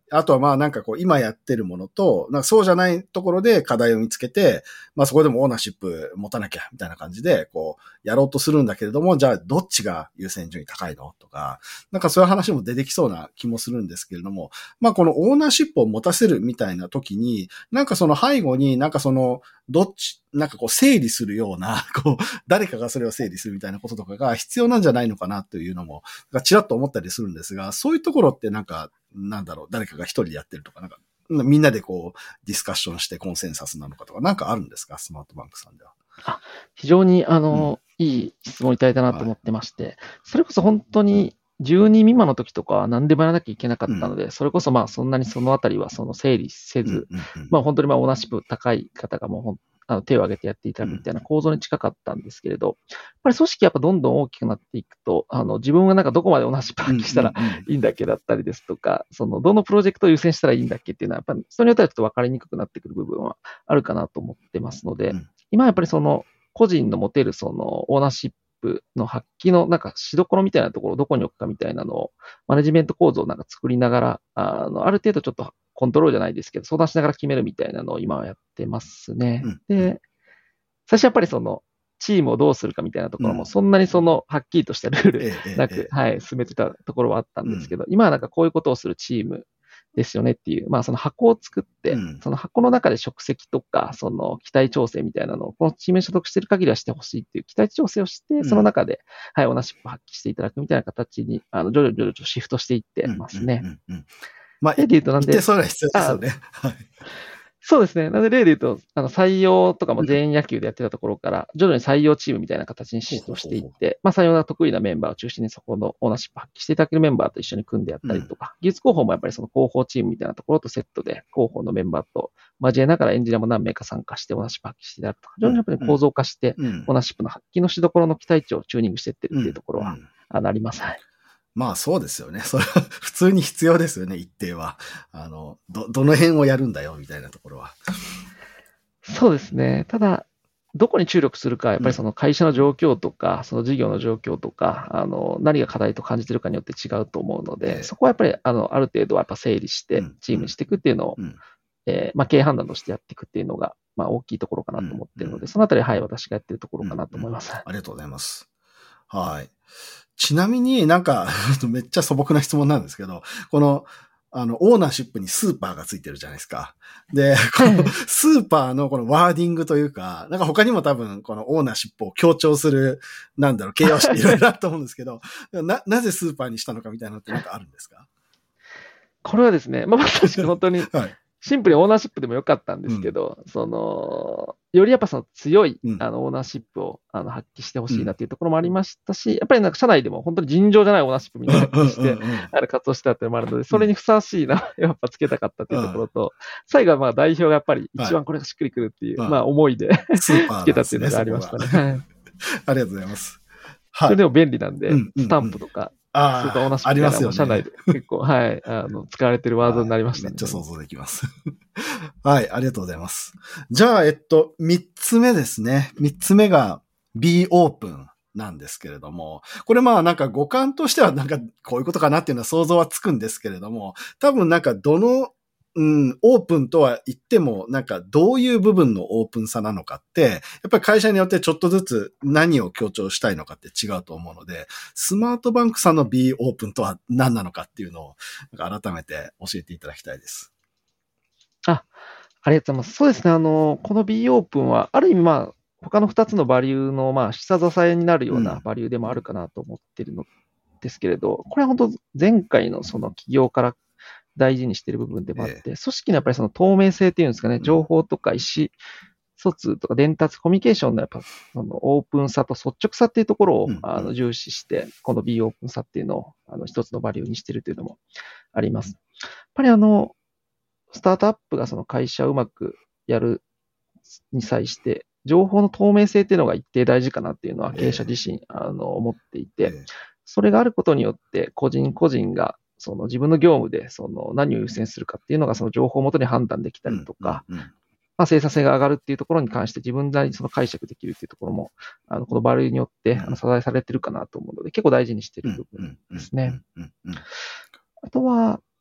あとはまあなんかこう今やってるものと、なんかそうじゃないところで課題を見つけて、まあそこでもオーナーシップ持たなきゃみたいな感じで、こうやろうとするんだけれども、じゃあどっちが優先順位高いのとか、なんかそういう話も出てきそうな気もするんですけれども、まあこのオーナーシップを持たせるみたいな時に、なんかその背後になんかその、どっち、なんかこう整理するような、こう、誰かがそれを整理するみたいなこととかが必要なんじゃないのかなというのも、ちらっと思ったりするんですが、そういうところってなんか、なんだろう、誰かが一人でやってるとか、なんか、みんなでこう、ディスカッションしてコンセンサスなのかとか、なんかあるんですか、スマートバンクさんでは。 あ、非常に、あの、うん、いい質問いただいたなと思ってまして、はい、それこそ本当にじゅうにん未満の時とかは何でもやらなきゃいけなかったので、うん、それこそまあそんなにそのあたりはその整理せず、うんうんうん、まあ本当にまあオーナーシップ高い方がもうほんあの手を挙げてやっていただくみたいな構造に近かったんですけれど、やっぱり組織やっぱどんどん大きくなっていくと、あの自分がなんかどこまでオーナーシップ発揮したらいいんだっけだったりですとか、そのどのプロジェクトを優先したらいいんだっけっていうのは、やっぱり人によってはちょっと分かりにくくなってくる部分はあるかなと思ってますので、今やっぱりその個人の持てるそのオーナーシップの発揮のなんかしどころみたいなところをどこに置くかみたいなのをマネジメント構造をなんか作りながら、あの、ある程度ちょっとコントロールじゃないですけど、相談しながら決めるみたいなのを今はやってますね。うん、で、最初やっぱりその、チームをどうするかみたいなところも、そんなにその、はっきりとしたルールなく、はい、進めてたところはあったんですけど、今はなんかこういうことをするチームですよねっていう、まあその箱を作って、その箱の中で職責とか、その期待調整みたいなのを、このチームに所属している限りはしてほしいっていう期待調整をして、その中で、はい、オーナーシップを発揮していただくみたいな形に、あの、徐々に徐々にシフトしていってますね。 まあ、例で言うとなんで。言ってそうな必要ですよね。はい。 そうですね。なので、例で言うと、あの、採用とかも全員野球でやってたところから、徐々に採用チームみたいな形にシフトしていって、まあ、採用が得意なメンバーを中心にそこのオーナーシップ発揮していただけるメンバーと一緒に組んでやったりとか、技術広報もやっぱりその広報チームみたいなところとセットで、広報のメンバーと交えながらエンジニアも何名か参加してオーナーシップ発揮していただくとか、徐々にやっぱり構造化して、オーナーシップの発揮のしどころの期待値をチューニングしていってるっていうところは、あります。はい。 まあそうですよね。それは普通に必要ですよね、一定は。あの、ど、どの辺をやるんだよ、みたいなところは。 そうですね。ただ、どこに注力するか、やっぱりその会社の状況とか、うん、その事業の状況とか、あの、何が課題と感じているかによって違うと思うので、えー、そこはやっぱり、あの、ある程度はやっぱ整理して、チームにしていくっていうのを、うん、えー、まあ、経営判断としてやっていくっていうのが、まあ、大きいところかなと思っているので、うん、そのあたりは、はい、私がやっているところかなと思います。 うんうん。ありがとうございます。はい。ちなみになんか、めっちゃ素朴な質問なんですけど、この、あの、オーナーシップにスーパーがついてるじゃないですか。で、このスーパーのこのワーディングというか、なんか他にも多分このオーナーシップを強調する、なんだろう、形容詞っていろいろあると思うんですけど、な、なぜスーパーにしたのかみたいなのってなんかあるんですか？ これはですね、まあ、確かに本当に、はい、シンプルにオーナーシップでもよかったんですけど、うん、その、よりやっぱその強い、うん、あの、オーナーシップをあの発揮してほしいなっていうところもありましたし、うん、やっぱりなんか社内でも本当に尋常じゃないオーナーシップみたいな感じして、あの、活動してたっていうのもあるので、それにふさわしいな、やっぱつけたかったっていうところと、最後はまあ代表がやっぱり一番これがしっくりくるっていう、はい、まあ思いでつけたっていうのがありましたね。はい、 ありがとうございます。 はい。それでも便利なんで、スタンプとか、スーパーオーナーシップみたいなのも社内で結構、はい、あの、使われてるワードになりましたね。 めっちゃ想像できます。はい、ありがとうございます。じゃあ、えっと、三つ目ですね。三つ目が Be Open なんですけれども、これまあなんか語感としてはなんかこういうことかなっていうのは想像はつくんですけれども、多分なんかどのうん、オープンとは言っても、なんかどういう部分のオープンさなのかって、やっぱり会社によってちょっとずつ何を強調したいのかって違うと思うので、スマートバンクさんの Be Open とは何なのかっていうのを改めて教えていただきたいです。 あ、ありがとうございます。そうですね。あの、この Be Open は、ある意味まあ、他のふたつのバリューのまあ、下支えになるようなバリューでもあるかなと思っているのですけれど、これは本当前回のその企業から大事にしている部分でもあって、ええ、組織のやっぱりその透明性っていうんですかね、情報とか意思疎通とか伝達、コミュニケーションのやっぱそのオープンさと率直さっていうところを、うん、あの重視して、この Be オープンさっていうのをあの一つのバリューにしているというのもあります。やっぱりあの、スタートアップがその会社をうまくやるに際して、情報の透明性っていうのが一定大事かなっていうのは経営者自身、えあの思っていて、え、それがあることによって個人個人がその自分の業務でその何を優先するかっていうのがその情報をもとに判断できたりとか、うんうんうん、まあ、生産性が上がるっていうところに関して自分なりにその解釈できるっていうところも、あのこのバリューによってあの支えされてるかなと思うので、結構大事にしている部分ですね。あとは、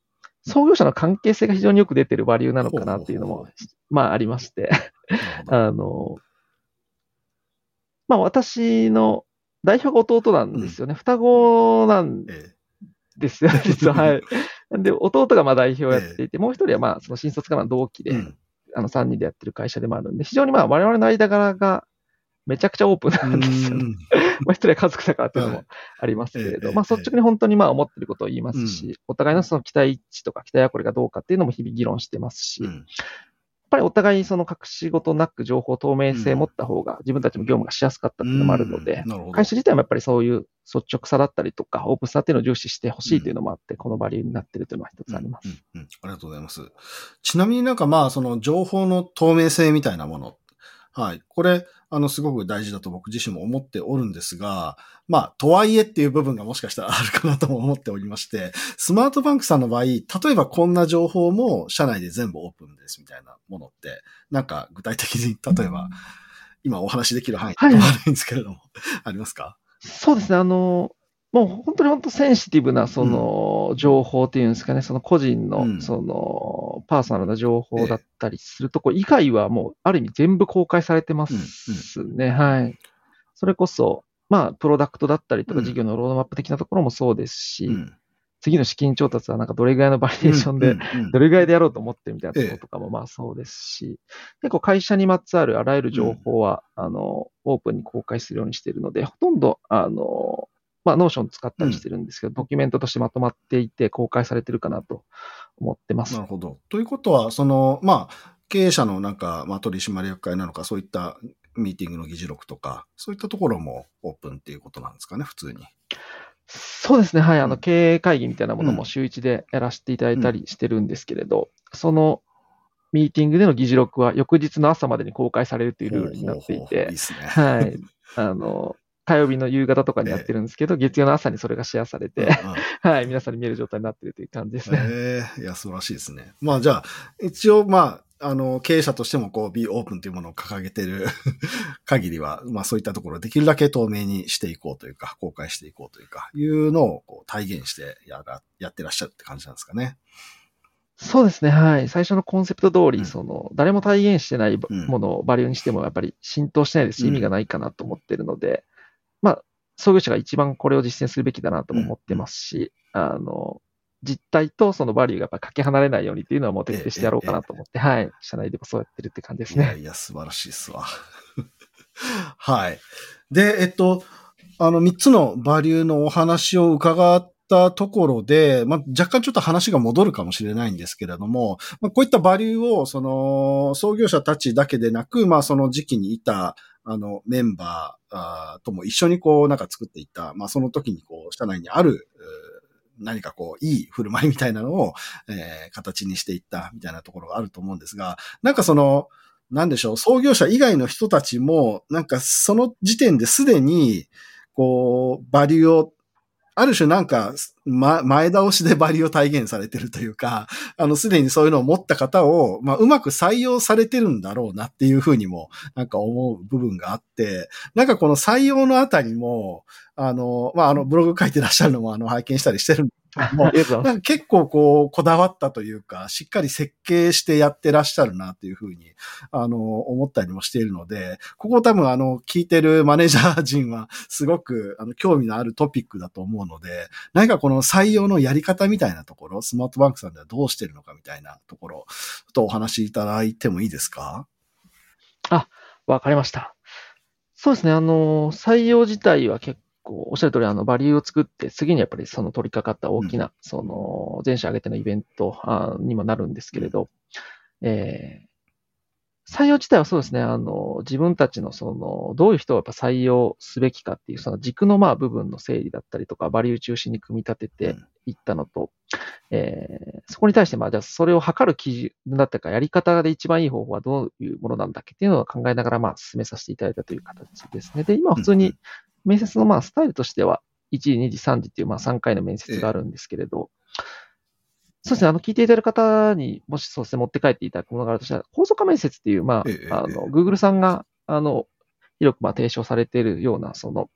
創業者の関係性が非常によく出てるバリューなのかなっていうのも、まあありまして、あの、まあ私の代表が弟なんですよね。うん、双子なんですよ、実は。はい。で、弟がまあ代表をやっていて、もう一人はまあその新卒からの同期で、うん、あのさんにんでやってる会社でもあるんで、非常にまあ我々の間柄がめちゃくちゃオープンなんですよね。まあ一人は家族だからっていうのもありますけれど、はい、まあ率直に本当にまあ思ってることを言いますし、うん、お互いのその期待値とか期待はこれがどうかっていうのも日々議論してますし、うん、やっぱりお互いその隠し事なく情報透明性を持った方が自分たちも業務がしやすかったっていうのもあるので、うん、会社自体もやっぱりそういう率直さだったりとか、オープンさっていうのを重視してほしいというのもあって、うん、このバリューになっているというのは一つあります、 うんうんうん。ありがとうございます。ちなみになんかまあその情報の透明性みたいなもの、はい。これ、あの、すごく大事だと僕自身も思っておるんですが、まあ、とはいえっていう部分がもしかしたらあるかなとも思っておりまして、スマートバンクさんの場合、例えばこんな情報も社内で全部オープンですみたいなものって、なんか具体的に、例えば、今お話しできる範囲でもあるんですけれども、はい、ありますか？ そうですね、あの、もう本当に本当センシティブなその情報っていうんですかね、うん、その個人のそのパーソナルな情報だったりするとこ以外はもうある意味全部公開されてますね。うんうん、はい。それこそ、まあ、プロダクトだったりとか事業のロードマップ的なところもそうですし、うん、次の資金調達はなんかどれぐらいのバリエーションで、どれぐらいでやろうと思ってるみたいなところとかもまあそうですし、結構会社にまつわるあらゆる情報は、あの、オープンに公開するようにしているので、ほとんど、あの、まあ、ノーション使ったりしてるんですけど、うん、ドキュメントとしてまとまっていて公開されてるかなと思ってます。 なるほど。ということは、その、まあ、経営者のなんか、まあ、取締役会なのか、そういったミーティングの議事録とか、そういったところもオープンっていうことなんですかね、普通に。 そうですね。はい。あの、経営会議みたいなものも週一でやらせていただいたりしてるんですけれど、うん、そのミーティングでの議事録は翌日の朝までに公開されるというルールになっていて、ほうほうほういいですね。はい。あの、火曜日の夕方とかにやってるんですけど、えー、月曜の朝にそれがシェアされて、うんうん、はい、皆さんに見える状態になっているという感じですね。 ええー、いや、素晴らしいですね。まあ、じゃあ、一応、まあ、あの、経営者としても、こう、be open というものを掲げている限りは、まあ、そういったところをできるだけ透明にしていこうというか、公開していこうというか、いうのをこう体現してやら、やってらっしゃるって感じなんですかね。 そうですね。はい。最初のコンセプト通り、うん、その、誰も体現してないものをバリューにしても、やっぱり浸透してないですし、意味がないかなと思っているので、まあ、創業者が一番これを実践するべきだなとも思ってますし、うん、あの、実態とそのバリューがやっぱかけ離れないようにっていうのはもう徹底してやろうかなと思って、はい。社内でもそうやってるって感じですね。 いやいや、素晴らしいですわ。はい。で、えっと、あの、三つのバリューのお話を伺ったところで、まあ、若干ちょっと話が戻るかもしれないんですけれども、まあ、こういったバリューを、その、創業者たちだけでなく、まあ、その時期にいた、あの、メンバーとも一緒にこう、なんか作っていった、まあ、その時にこう、社内にある、何かこう、いい振る舞いみたいなのを、えー、形にしていったみたいなところがあると思うんですが、なんかその、なんでしょう、創業者以外の人たちも、なんかその時点ですでに、こう、バリューを、ある種なんか、ま、前倒しでバリューを体現されてるというか、あの、すでにそういうのを持った方を、まあ、うまく採用されてるんだろうなっていうふうにも、なんか思う部分があって、なんかこの採用のあたりも、あの、まあ、あの、ブログ書いてらっしゃるのも、あの、拝見したりしてるんですけども、なんか結構こう、こだわったというか、しっかり設計してやってらっしゃるなっていうふうに、あの、思ったりもしているので、ここ多分あの、聞いてるマネージャー陣は、すごく、あの、興味のあるトピックだと思うので、何かこの採用のやり方みたいなところ、スマートバンクさんではどうしてるのかみたいなところ、ちょっとお話しいただいてもいいですか？ あ、わかりました。そうですね、あの、採用自体は結構、おっしゃる通り、あの、バリューを作って、次にやっぱりその取り掛かった大きな、うん、その、全社挙げてのイベントにもなるんですけれど、うん、えー採用自体はそうですね、あの、自分たちのその、どういう人をやっぱ採用すべきかっていう、その軸のまあ部分の整理だったりとか、バリュー中心に組み立てていったのと、うん、えー、そこに対してまあ、じゃあそれを測る基準だったか、やり方で一番いい方法はどういうものなんだっけっていうのを考えながらまあ進めさせていただいたという形ですね。で、今普通に面接のまあスタイルとしては、いちじ、にじ、さんじっていうまあさんかいの面接があるんですけれど、えーそうですね。あの、聞いていただいる方にもしそうですね、持って帰っていただくものがあるとしたら、高速化面接っていう、まあ、ええ、あの、Google さんが、あの、広くまあ提唱されているような、その、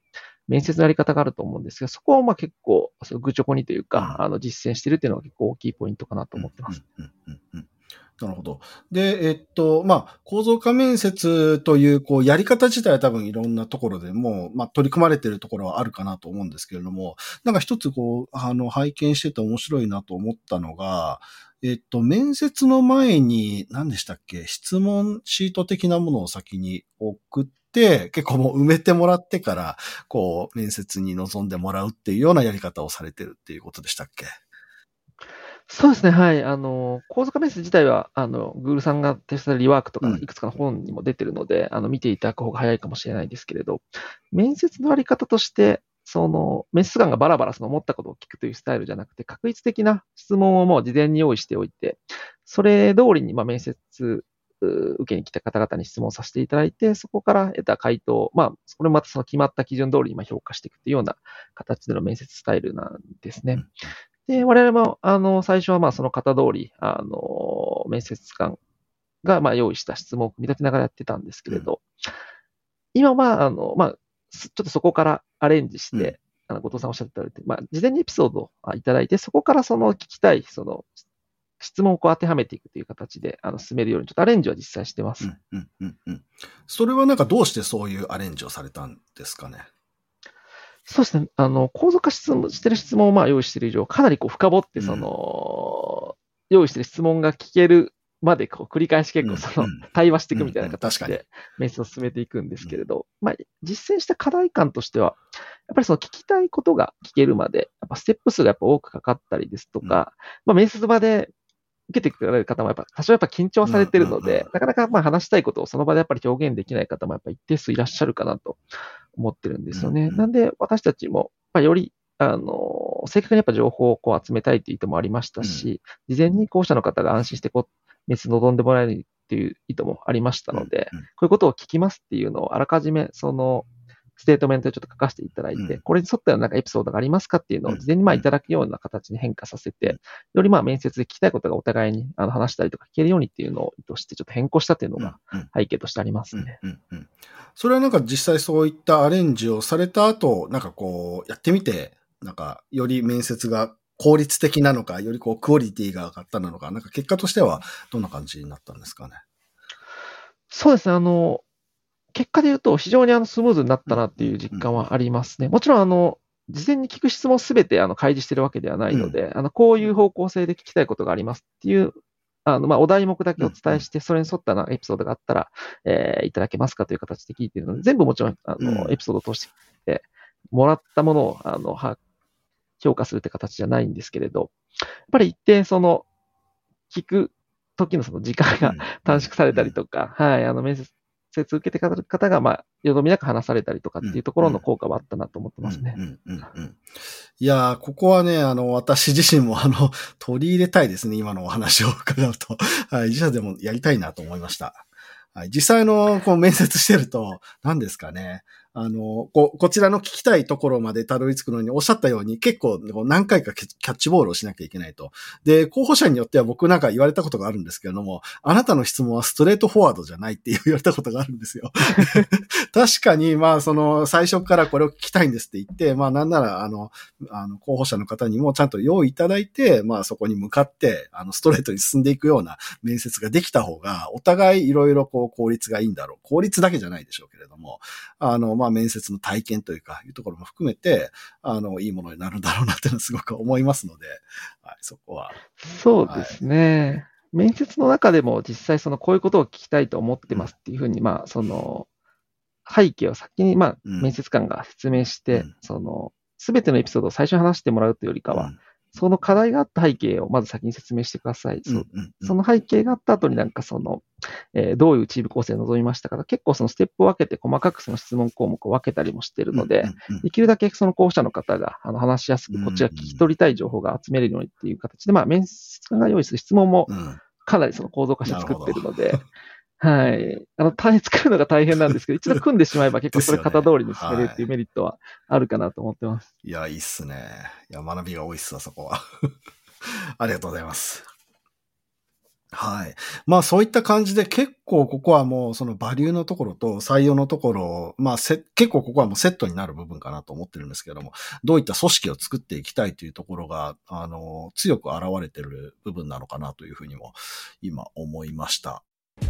面接のやり方があると思うんですけど、そこをまあ結構、その愚直にというか、 うん、 あの、実践してるっていうのが結構大きいポイントかなと思ってます。 うんうんうんうんうん、なるほど。で、えっと、まあ、構造化面接という、こう、やり方自体は多分いろんなところでもう、まあ、取り組まれているところはあるかなと思うんですけれども、なんか一つこう、あの、拝見してて面白いなと思ったのが、えっと、面接の前に、何でしたっけ、質問シート的なものを先に送って、結構もう埋めてもらってから、こう、面接に臨んでもらうっていうようなやり方をされてるっていうことでしたっけ？ そうですね、はい。あの、構造化面接自体は、あの、Google さんが提出されるリワークとうん。 かいくつかの本にも出てるので、あの、見ていただく方が早いかもしれないですけれど、面接のあり方として、その、面接官がバラバラその思ったことを聞くというスタイルじゃなくて、確率的な質問をもう事前に用意しておいて、それ通りに、まあ、面接、う受けに来た方々に質問させていただいて、そこから得た回答、まあ、これまたその決まった基準通りにまあ評価していくというような形での面接スタイルなんですね。 うん。 で、我々も、あの、最初はまあその型通り、あの、面接官がまあ用意した質問を組み立てながらやってたんですけうん。 れど、今は、あの、まあ、すちょっとそこからアレンジしうん。 て、あの、後藤さんおっしゃったように、まあ、事前にエピソードをあいただいて、そこからその聞きたい、その、質問をこう当てはめていくという形で、あの、進めるように、ちょっとアレンジは実際してます。 うん。うん。うん。うん。それはなんかどうしてそういうアレンジをされたんですかね？ そうですね。あの、構造化質問してる質問をまあ用意している以上、かなりこう深掘って、そうん。 の、用意している質問が聞けるまでこう繰り返しうん。 結構そのうん。 対話していうん。 くみたいなうん。確かに。 形で面接を進めていくんですうん。 けれど、まあ実践した課題感としては、やっぱりその聞きたいことが聞けるまで、やっぱステップ数がやっぱ多くかかったりですとうん。 か、まあ面接場で受けてくれる方もやっぱ多少やっぱ緊張うん。うん。 されてるのうん。 で、なかなかまあ話したいことをその場でやっぱり表現できない方もやっぱ一定数いらっしゃるかなと思ってるんでうん。 すよね。なんで、私たちも、まあ、より、あの、正確にやっぱ情報をこう集めたいという意図もありましたうん。 し、事前に候補者の方が安心してこう、熱望んでもらえるっていう意図もありましたうん。 ので、 うん。 こういうことを聞きますっていうのをあらかじめ、その、ステートメントでちょっと書かせていただいて、 うん。 これに沿ったようななんかエピソードがありますかっていうのうん。 を事前にまあうん。 いただくような形に変化させうん。 て、よりまあ面接で聞きたいことがお互いにあの話したりとか聞けるようにっていうのを意図してちょっと変更したっていうのうん。 が背景としてありますね。 うん。うん。それはなんか実際そういったアレンジをされた後、なんかこう、やってみて、なんか、より面接が効率的なのか、よりこう、クオリティが上がったなのか、なんか結果としてはどんな感じになったんですかね？ そうですね。あの、結果で言うと、非常にあのスムーズになっうん。 たなっていううん。 実感はありますね。もちろん、あの、事前に聞く質問すべてあの開示してるわけではないうん。 ので、あの、こういう方向性で聞きたいことがありますっていう、あの、まあ、お題目だけおうん。うん。 伝えして、それに沿ったなエピソードがあったら、えーいただけますかという形で聞いているので、全部もちろん、あの、エうん。 ピソードを通してもらったものを、あの、は評価するって形じゃないんですけれど、やっぱり一定その、聞く時のその時間がうん。う短ん。 縮されたりうん。 とか、はい、あの、面接受けてくる方が、まあ、よどみなく話されたりとかっうん。 ていうところのうん。 効果はあったなと思ってうん。 ますね。 うん。うん。うん。いやー、ここはね、あの、私自身もあの、取り入れたいですね、今のお話を伺うと。はい、自社でもやりたいなと思いました。はい、実際の、こう、面接してると、何ですかね。あの、こ、こちらの聞きたいところまでたどり着くのに、おっしゃったように、結構、こう何回かキャッチボールをしなきゃいけないと。で、候補者によっては僕なんか言われたことがあるんですけれども、あなたの質問はストレートフォワードじゃないって言われたことがあるんですよ。確かに、まあ、その、最初からこれを聞きたいんですって言って、まあ、なんなら、あの、あの、候補者の方にもちゃんと用意いただいて、まあ、そこに向かって、あの、ストレートに進んでいくような面接ができた方が、お互いいろいろこう、効率がいいんだろう。効率だけじゃないでしょうけれども、あの、まあ、面接の体験というか、いうところも含めて、あの、いいものになるんだろうなっていうのはすごく思いますので、はい、そこは。はい。 そうですね。面接の中でも実際そのこういうことを聞きたいと思ってうん。 ますっていうふうに、まあ、その背景を先に、まあ、 うん。 面接官が説明して、 うん。 その、すべてのエピソードを最初に話してもらうというよりかは、 うん。 その課題があった背景をまず先に説明してください。 うん。 そう。 うん。うん。 その背景があった後になんかその、えーどういうチーム構成を望みましたか、結構そのステップを分けて細かくその質問項目を分けたりもしているうん。 ので、 うん。 できるだけその候補者の方があの話しやすく、こっちが聞き取りたい情報が集めれるようにっていう形で、まあ、面接官が用意する質問もうん。 かなりその構造化して作ってなるほど。 いるので、はい。あの、大変作るのが大変なんですけど、一度組んでしまえば結構それですよね。 型通りに進めれるっていうはメリットはあるかなと思ってます。 い。いや、いいっすね。いや、学びが多いっすわ、そこは。ありがとうございます。 はい。まあそういった感じで結構ここはもうそのバリューのところと採用のところ、まあせ結構ここはもうセットになる部分かなと思ってるんですけれども、どういった組織を作っていきたいというところが、あの、強く現れてる部分なのかなというふうにも今思いました。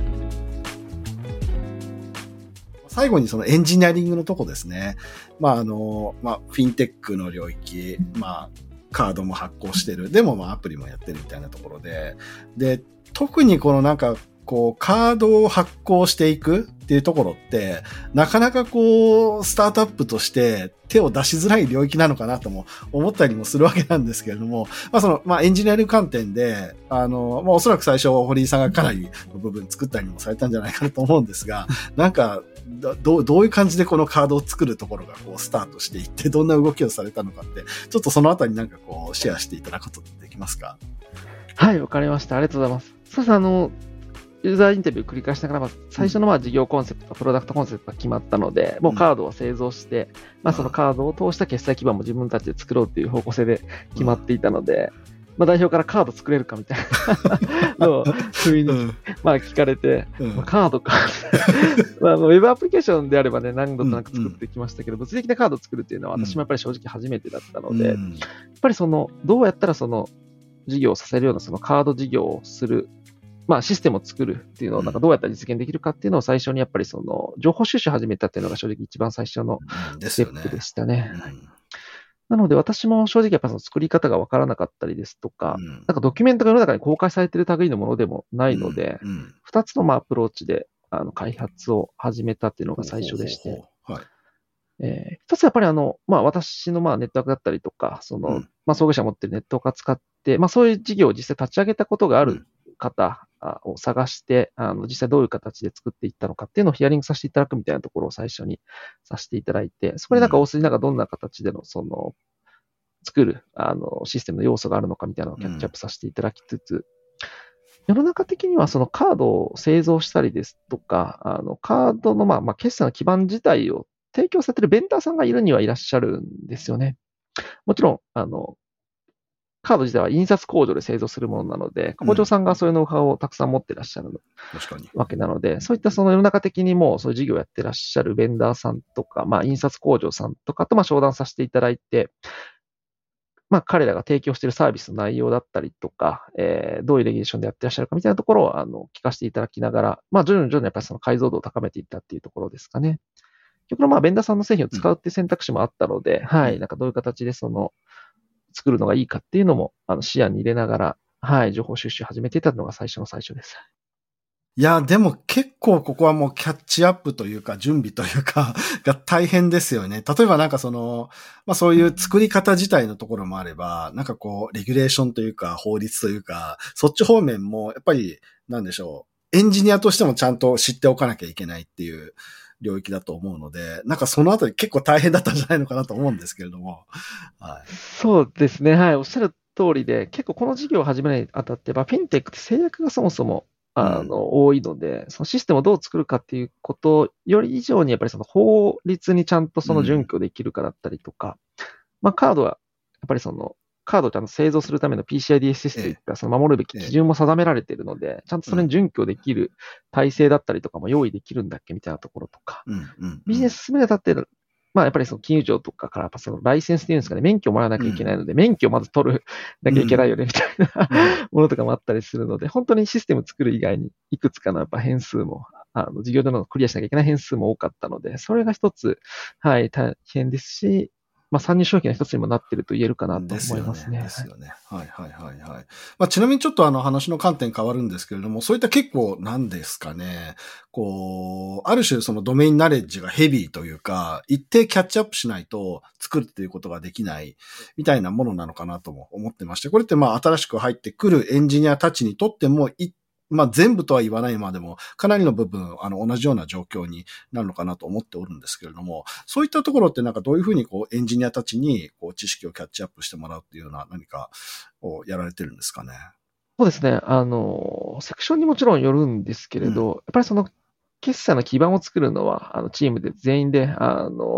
最後にそのエンジニアリングのとこですね。まああの、まあフィンテックの領域、まあカードも発行してる。でもまあアプリもやってるみたいなところで。で、特にこのなんかこうカードを発行していくっていうところって、なかなかこうスタートアップとして手を出しづらい領域なのかなとも思ったりもするわけなんですけれども、まあその、まあエンジニアリング観点で、あの、まあおそらく最初堀井さんがかなりの部分作ったりもされたんじゃないかなと思うんですが、なんか、どう、どういう感じでこのカードを作るところがこうスタートしていって、どんな動きをされたのかって、ちょっとそのあたりなんかこうシェアしていただくことできますか？ はい、わかりました。ありがとうございます。そうですね、あの、ユーザーインタビュー繰り返しながら、最初のまあ事業コンセプト、プロダクトコンセプトが決まったので、もうカードを製造して、まあそのカードを通した決済基盤も自分たちで作ろうという方向性で決まっていたので、まあ代表からカード作れるかみたいなのを、ふいに、まあ聞かれて、まあ、カードか。まあ、ウェブアプリケーションであればね、何度となく作ってきましたけど、物理的なカードを作るっていうのは私もやっぱり正直初めてだったので、やっぱりその、どうやったらその事業をさせるようなそのカード事業をする、まあシステムを作るっていうのをなんかどうやったら実現できるかっていうのを最初にやっぱりその情報収集始めたっていうのが正直一番最初のステップでしたね。なので私も正直やっぱその作り方がわからなかったりですとか、うん、なんかドキュメントが世の中に公開されている類のものでもないので、二、うんうん、つのまあアプローチであの開発を始めたっていうのが最初でして、はいえー、一つやっぱりあの、まあ私のまあネットワークだったりとか、その、うん、まあ創業者が持っているネットワークを使って、まあそういう事業を実際立ち上げたことがある方を探して、あの実際どういう形で作っていったのかっていうのをヒアリングさせていただくみたいなところを最初にさせていただいて、そこでなんか大筋なんかどんな形でのその、作る、あの、システムの要素があるのかみたいなのをキャッチアップさせていただきつつ、うん、世の中的にはそのカードを製造したりですとか、あの、カードのまあ、まあ、決済の基盤自体を提供されているベンダーさんがいるにはいらっしゃるんですよね。もちろん、あの、カード自体は印刷工場で製造するものなので、工場さんがそういうノウハウをたくさん持ってらっしゃるわけなので、そういったその世の中的にもそういう事業をやってらっしゃるベンダーさんとか、まあ、印刷工場さんとかとまあ商談させていただいて、まあ、彼らが提供しているサービスの内容だったりとか、えー、どういうレギュレーションでやってらっしゃるかみたいなところをあの聞かせていただきながら、まあ、徐々に徐々にやっぱりその解像度を高めていったっていうところですかね。結局のまあ、ベンダーさんの製品を使うっていう選択肢もあったので、うん、はい、なんかどういう形でその、作るのがいいかっていうのも、あの、視野に入れながら、はい、情報収集を始めていたのが最初の最初です。 いや、でも結構ここはもうキャッチアップというか準備というかが大変ですよね。例えばなんかその、まあそういう作り方自体のところもあれば、なんかこう、レギュレーションというか法律というか、そっち方面もやっぱりなんでしょう。エンジニアとしてもちゃんと知っておかなきゃいけないっていう領域だと思うので、なんかそのあたり結構大変だったんじゃないのかなと思うんですけれども。 はい、そうですね。はい。おっしゃる通りで、結構この事業を始めるにあたって、まあ、フィンテックって制約がそもそもあの、うん、多いので、そのシステムをどう作るかっていうことより以上に、やっぱりその法律にちゃんとその準拠できるかだったりとか、うん、まあカードは、やっぱりその、カードをちゃんと製造するための ピーシーアイディーエスエス といったその守るべき基準も定められているので、ちゃんとそれに準拠できる体制だったりとかも用意できるんだっけみたいなところとか、うんうんうん、ビジネス進めにあたってまあやっぱりその金融庁とかからやっぱそのライセンスっていうんですかね、免許をもらわなきゃいけないので、うん、免許をまず取るなきゃいけないよねみたいな、うん、ものとかもあったりするので、本当にシステム作る以外にいくつかのやっぱ変数も、あの事業でのクリアしなきゃいけない変数も多かったので、それが一つ、はい、大変ですし、まあ、参入障壁の一つにもなっていると言えるかなと思いますね。 ですよね。はいはいはいはい。まあ、ちなみにちょっとあの話の観点変わるんですけれども、そういった結構なんですかね、こう、ある種そのドメインナレッジがヘビーというか、一定キャッチアップしないと作るっていうことができないみたいなものなのかなとも思ってまして、これってまあ新しく入ってくるエンジニアたちにとっても一まあ全部とは言わないまでも、かなりの部分、あの、同じような状況になるのかなと思っておるんですけれども、そういったところってなんかどういうふうにこう、エンジニアたちに、こう、知識をキャッチアップしてもらうっていうような何かをやられてるんですかね。 そうですね。あの、セクションにもちろんよるんですけれど、うん、やっぱりその、決済の基盤を作るのは、あの、チームで全員で、あの、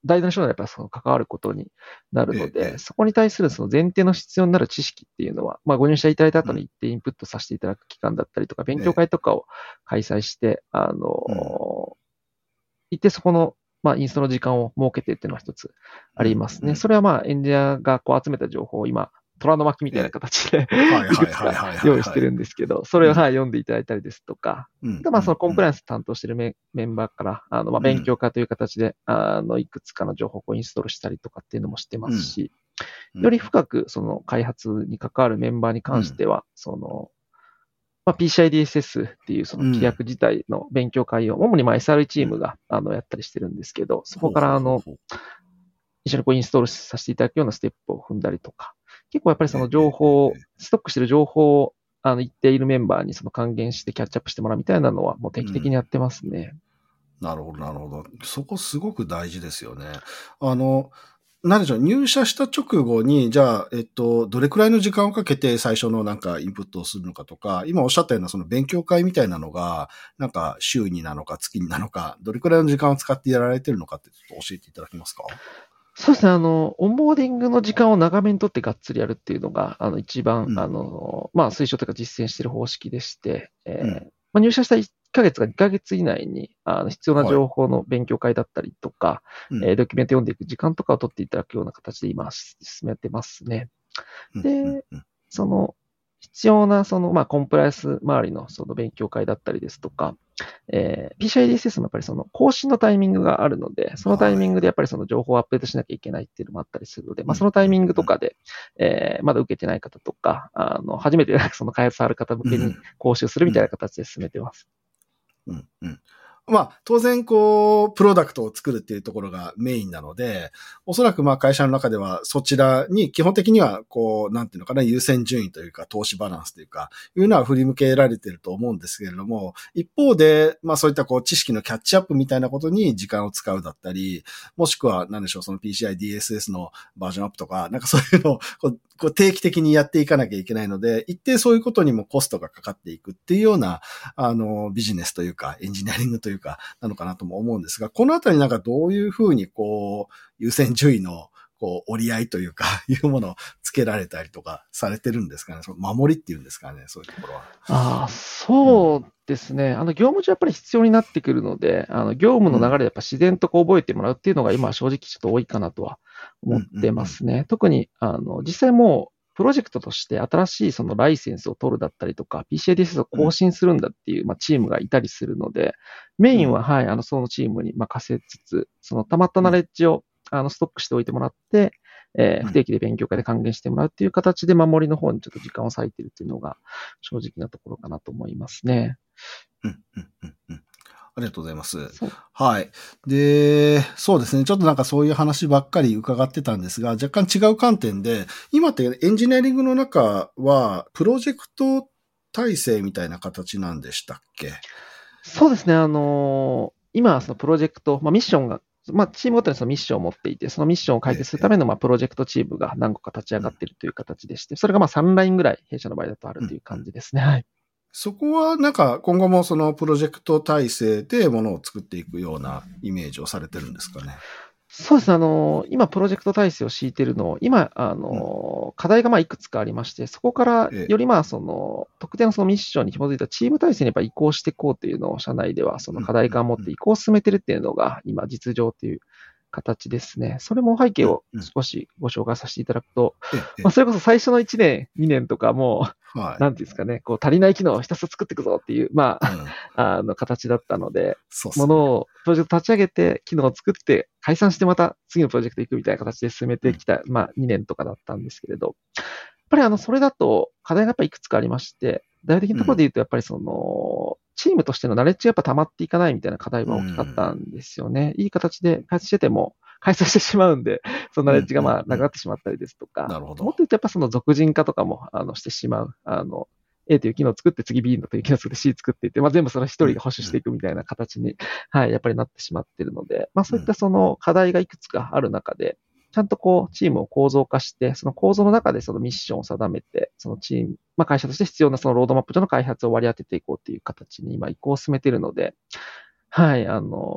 大事な人はやっぱりその関わることになるのええ、えで、 え。 そこに対するその前提の必要になる知識っていうのは、まあ、ご入社いただいた後うん。 に一定インプットさせていただく期間だったりとか、勉強ええ。 会とかを開催して、あうん。 の、行ってそこの、まあ、インストの時間を設けてっていうのは一つあうん。 りますね。 うん。 それはまあ、エンジニアがこう集めた情報を今、虎の巻みたいなええ。 形ではいいくはいつかはいはいはいはい。 用意してるんですけど、それを、 うん。 はい、読んでいただいたりですとか、 うん。 あとまあ、 うん。うん。 そのコンプライアンス担当しているメメンバーから、あの、まあ、 うん。 勉強会という形で、あの、いくつかの情報をこうインストールしたりとかっていうのもしてまうん。 すし、よりうん。 深くその開発に関わるメンバーにうん。 関しては、その、まあ、ピーシーアイディーエスエス っていうその規うん。 約自体の勉強会を、主にまあ エスアール チうん。 ームがあのやったりしてるんですけど、そこほうほうからあの、 ほうほう。 一緒にこうインストールさせていただくようなステップを踏んだりとか、結構やっぱりそのええ、え情え、え報、 え。 ストックしてる情報をあの言っているメンバーにその還元してキャッチアップしてもらうみたいなのはもう定期的にうん。 やってますね。 なるほど、なるほど。そこすごく大事ですよね。あの、なんでしょう、入社した直後に、じゃあ、えっと、どれくらいの時間をかけて最初のなんかインプットをするのかとか、今おっしゃったようなその勉強会みたいなのが、なんか週になのか月になのか、どれくらいの時間を使ってやられてるのかってちょっと教えていただけますか？ そうですね、あの、オンボーディングの時間を長めにとってがっつりやるっていうのが、あの、一番、あうん。 の、まあ、推奨というか実践している方式でして、えーうん。 まあ、入社したいっかげつかにかげつ以内に、あの、必要なはい。 情報の勉強会だったりとか、 うん。 えードキュメント読んでいく時間とかを取っていただくような形で今、進めてますね。 うん。うん。 で、 うん。 その、必要な、その、まあ、コンプライアンス周りの、その勉強会だったりですとか、えー、ピーシーアイディーエスエス もやっぱりその更新のタイミングがあるので、そのタイはい。 ミングでやっぱりその情報をアップデートしなきゃいけないっていうのもあったりするので、まあ、そうん。うん。 のタイミングうん。 とかで、えー、まだ受けてない方とか、あの、初めてその開発される方向けにうん。 講習するみたいなうん。 形で進めてます。 うん。うん。まあ、当然、こう、プロダクトを作るっていうところがメインなので、おそらくまあ会社の中ではそちらに基本的には、こう、なんていうのかな、優先順位というか、投資バランスというか、いうのは振り向けられてると思うんですけれども、一方で、まあそういったこう、知識のキャッチアップみたいなことに時間を使うだったり、もしくは、なんでしょう、その ピーシーアイディーエスエス のバージョンアップとか、なんかそういうのをこう、こう定期的にやっていかなきゃいけないので、一定そういうことにもコストがかかっていくっていうような、あの、ビジネスというか、エンジニアリングというか、なのかなとも思うんですが、このあたりなんかどういうふうにこう、優先順位のこう折り合いというか、いうものをつけられたりとかされてるんですかね。その守りっていうんですかね、そういうところは。 ああ、 うん。 そうですね。あの、業務上やっぱり必要になってくるので、あの、業務の流れうん。 でやっぱ自然とこう覚えてもらうっていうのが今正直ちょっと多いかなとはうん、 思ってうん、うん。 ますね。特に、あの、実際もう、プロジェクトとして新しいそのライセンスを取るだったりとか、ピーシーアイディーエス を更うん、 新するんだっていう、まあ、チームがいたりするので、メインは、 うん、 はい、あの、そのチームに任せつつ、その溜まったナレうん、 ッジを、あの、ストックしておいてもらって、えーうん。 不定期で勉強会で還元してもらうっていう形で守りの方にちょっと時間を割いてるっていうのが正直なところかなと思いますね。 うん、うん、うん、うん。ありがとうございます。 そう。 はい。で、そうですね。ちょっとなんかそういう話ばっかり伺ってたんですが、若干違う観点で、今ってエンジニアリングの中は、プロジェクト体制みたいな形なんでしたっけ？ そうですね。あのー今、そのプロジェクト、まあ、ミッションが、まあ、チームごとにそのミッションを持っていて、そのミッションを解決するええ、 ための、まあ、プロジェクトチームが何個か立ち上うん、 がっているという形でして、それがまあさんラインぐらい、弊社の場合だとあるうん、 といううん。 感じですね。はい。 そこはなんか今後もそのプロジェクト体制でものを作っていくようなイメージをされてるんですかね。 そうですね。あのー今、プロジェクト体制を敷いているのを、今、あうん。 のー課題がまあいくつかありまして、そこからええ。 よりまあ、その、特定のそのミッションに紐づいたチーム体制にやっぱ移行していこうというのを、社内ではそのうん、 課題うん、 感を持ってうん、 移行を進めているっていうのが、今、実情という形ですね。それも背景うん、 をうん。 少しご紹介させていただくと、 ええ、えまあ、 え。 それこそ最初のいちねん、にねんとかもう、 はい。 なんていうんですかね、こう足りない機能をひたすら作っていくぞっていう、まあ、 うん。 あの、形だったので、 そうっすよね。 ものを、プロジェクト立ち上げて、機能を作って、解散してまた次のプロジェクト行くみたいな形で進めうん、 てきた、まあ、にねんとかだったんですけれど、やっぱりあの、それだと課題がやっぱりいくつかありまして、大的なところでうん、 言うと、やっぱりその、チームとしてのナレッジがやっぱ溜まっていかないみたいな課題うは大きかったん、 んですよね。いい形で開発してても、解散してしまうんで、そのナうん、 レッジがうん、 まあなくなうん。 ってしまったりですとか、 なるほど。 もっと言うとやっぱその俗人化とかもあのしてしまう。あの、A という機能を作って次 B のという機能を作って C 作っていって、まあ全部その一うん、 人が保守うん、 していくみたいな形に、はい、やっぱりなってしまっているので、まあそういったうん、 その課題がいくつかある中で、ちゃんとこう、チームを構造化して、その構造の中でそのミッションを定めて、そのチーム、まあ会社として必要なそのロードマップ上の開発を割り当てていこうという形に今移行を進めているので、はい、あの、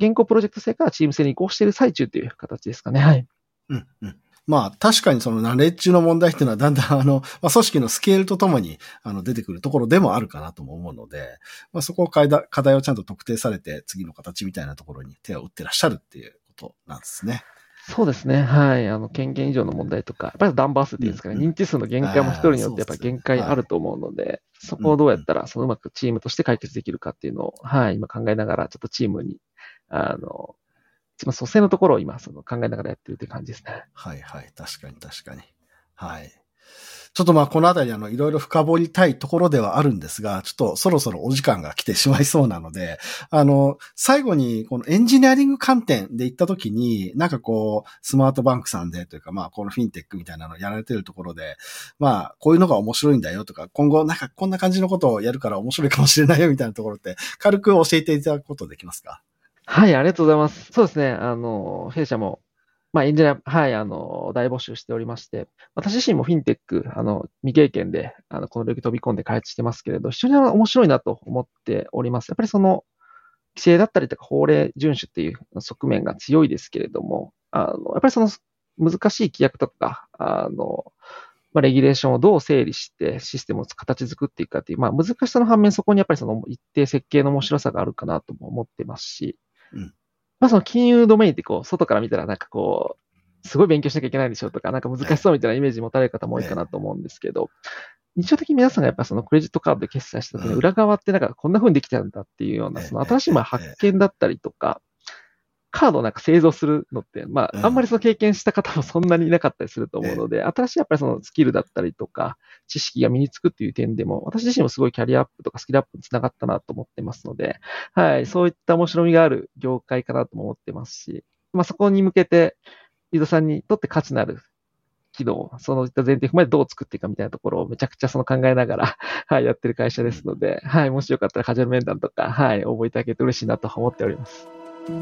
現行プロジェクト制からチーム制に移行している最中という形ですかね。はい。 うんうん。まあ確かにそのナレッジの問題っていうのはだんだんあの、まあ、組織のスケールとともにあの出てくるところでもあるかなとも思うので、まあそこを課題、課題をちゃんと特定されて次の形みたいなところに手を打ってらっしゃるっていうことなんですね。 そうですね。はい。あの、権限以上の問題とか、やっぱりダンバー数っていうんですかね、うんうん、認知数の限界も一人によってやっぱり限界あると思うので、はい、そこをどうやったら、そのうまくチームとして解決できるかっていうのを、はい、今考えながら、ちょっとチームに、あの、一番蘇生のところを今、その考えながらやってるという感じですね。 はいはい。確かに確かに。はい。ちょっとまあこのあたりあのいろいろ深掘りたいところではあるんですが、ちょっとそろそろお時間が来てしまいそうなので、あの、最後にこのエンジニアリング観点で言ったときに、なんかこう、スマートバンクさんでというかまあこのフィンテックみたいなのをやられてるところで、まあこういうのが面白いんだよとか、今後なんかこんな感じのことをやるから面白いかもしれないよみたいなところって軽く教えていただくことできますか？ はい、ありがとうございます。そうですね。あの、弊社も、まあ、エンジニア、はい、あの、大募集しておりまして、私自身もフィンテック、あの、未経験で、あの、この領域飛び込んで開発してますけれど、非常に面白いなと思っております。やっぱりその、規制だったりとか法令遵守っていう側面が強いですけれども、あの、やっぱりその、難しい規約とか、あの、まあ、レギュレーションをどう整理してシステムを形作っていくかっていう、まあ、難しさの反面、そこにやっぱりその一定設計の面白さがあるかなとも思ってますし、うん、まあその金融ドメインってこう、外から見たらなんかこう、すごい勉強しなきゃいけないんでしょとか、なんか難しそうみたいなイメージ持たれる方も多いかなと思うんですけど、日常的に皆さんがやっぱそのクレジットカードで決済した時に裏側ってなんかこんな風にできてるんだっていうような、その新しいまあ発見だったりとか、カードをなんか製造するのって、まあ、あんまりその経験した方もそんなにいなかったりすると思うので、新しいやっぱりそのスキルだったりとか、知識が身につくっていう点でも、私自身もすごいキャリアアップとかスキルアップにつながったなと思ってますので、はい、そういった面白みがある業界かなとも思ってますし、まあそこに向けて、ユーザーさんにとって価値のある機能、そのいった前提踏まえてどう作っていくかみたいなところをめちゃくちゃその考えながら、はい、やってる会社ですので、はい、もしよかったらカジュアル面談とか、はい、応募いただけると嬉しいなと思っております。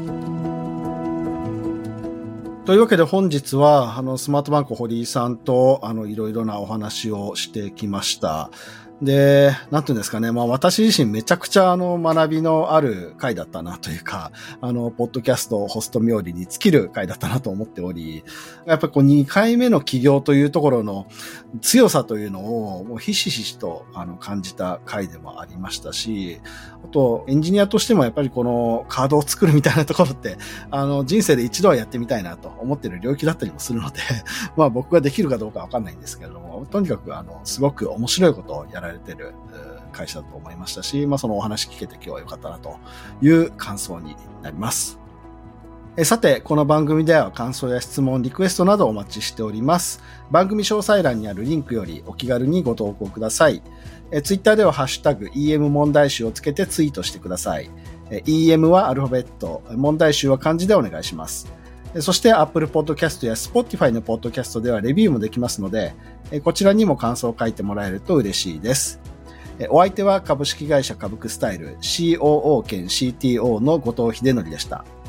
というわけで本日は、あの、スマートバンク堀井さんと、あの、いろいろなお話をしてきました。で、なんていうんですかね。まあ私自身めちゃくちゃあの学びのある回だったなというか、あの、ポッドキャストホスト冥利に尽きる回だったなと思っており、やっぱりこうにかいめの起業というところの強さというのをもうひしひしとあの感じた回でもありましたし、あとエンジニアとしてもやっぱりこのカードを作るみたいなところって、あの人生で一度はやってみたいなと思っている領域だったりもするので、まあ僕ができるかどうかわかんないんですけれども、とにかくあの、すごく面白いことをやられてる会社だと思いましたし、まあそのお話聞けて今日は良かったなという感想になります。えさて、この番組では感想や質問、リクエストなどお待ちしております。番組詳細欄にあるリンクよりお気軽にご投稿ください。えツイッターではハッシュタグ イーエム 問題集をつけてツイートしてください。え イーエム はアルファベット、問題集は漢字でお願いします。そして Apple Podcast や Spotify の Podcast ではレビューもできますので、こちらにも感想を書いてもらえると嬉しいです。お相手は株式会社株クスタイル シーオーオー 兼 シーティーオー の後藤秀則でした。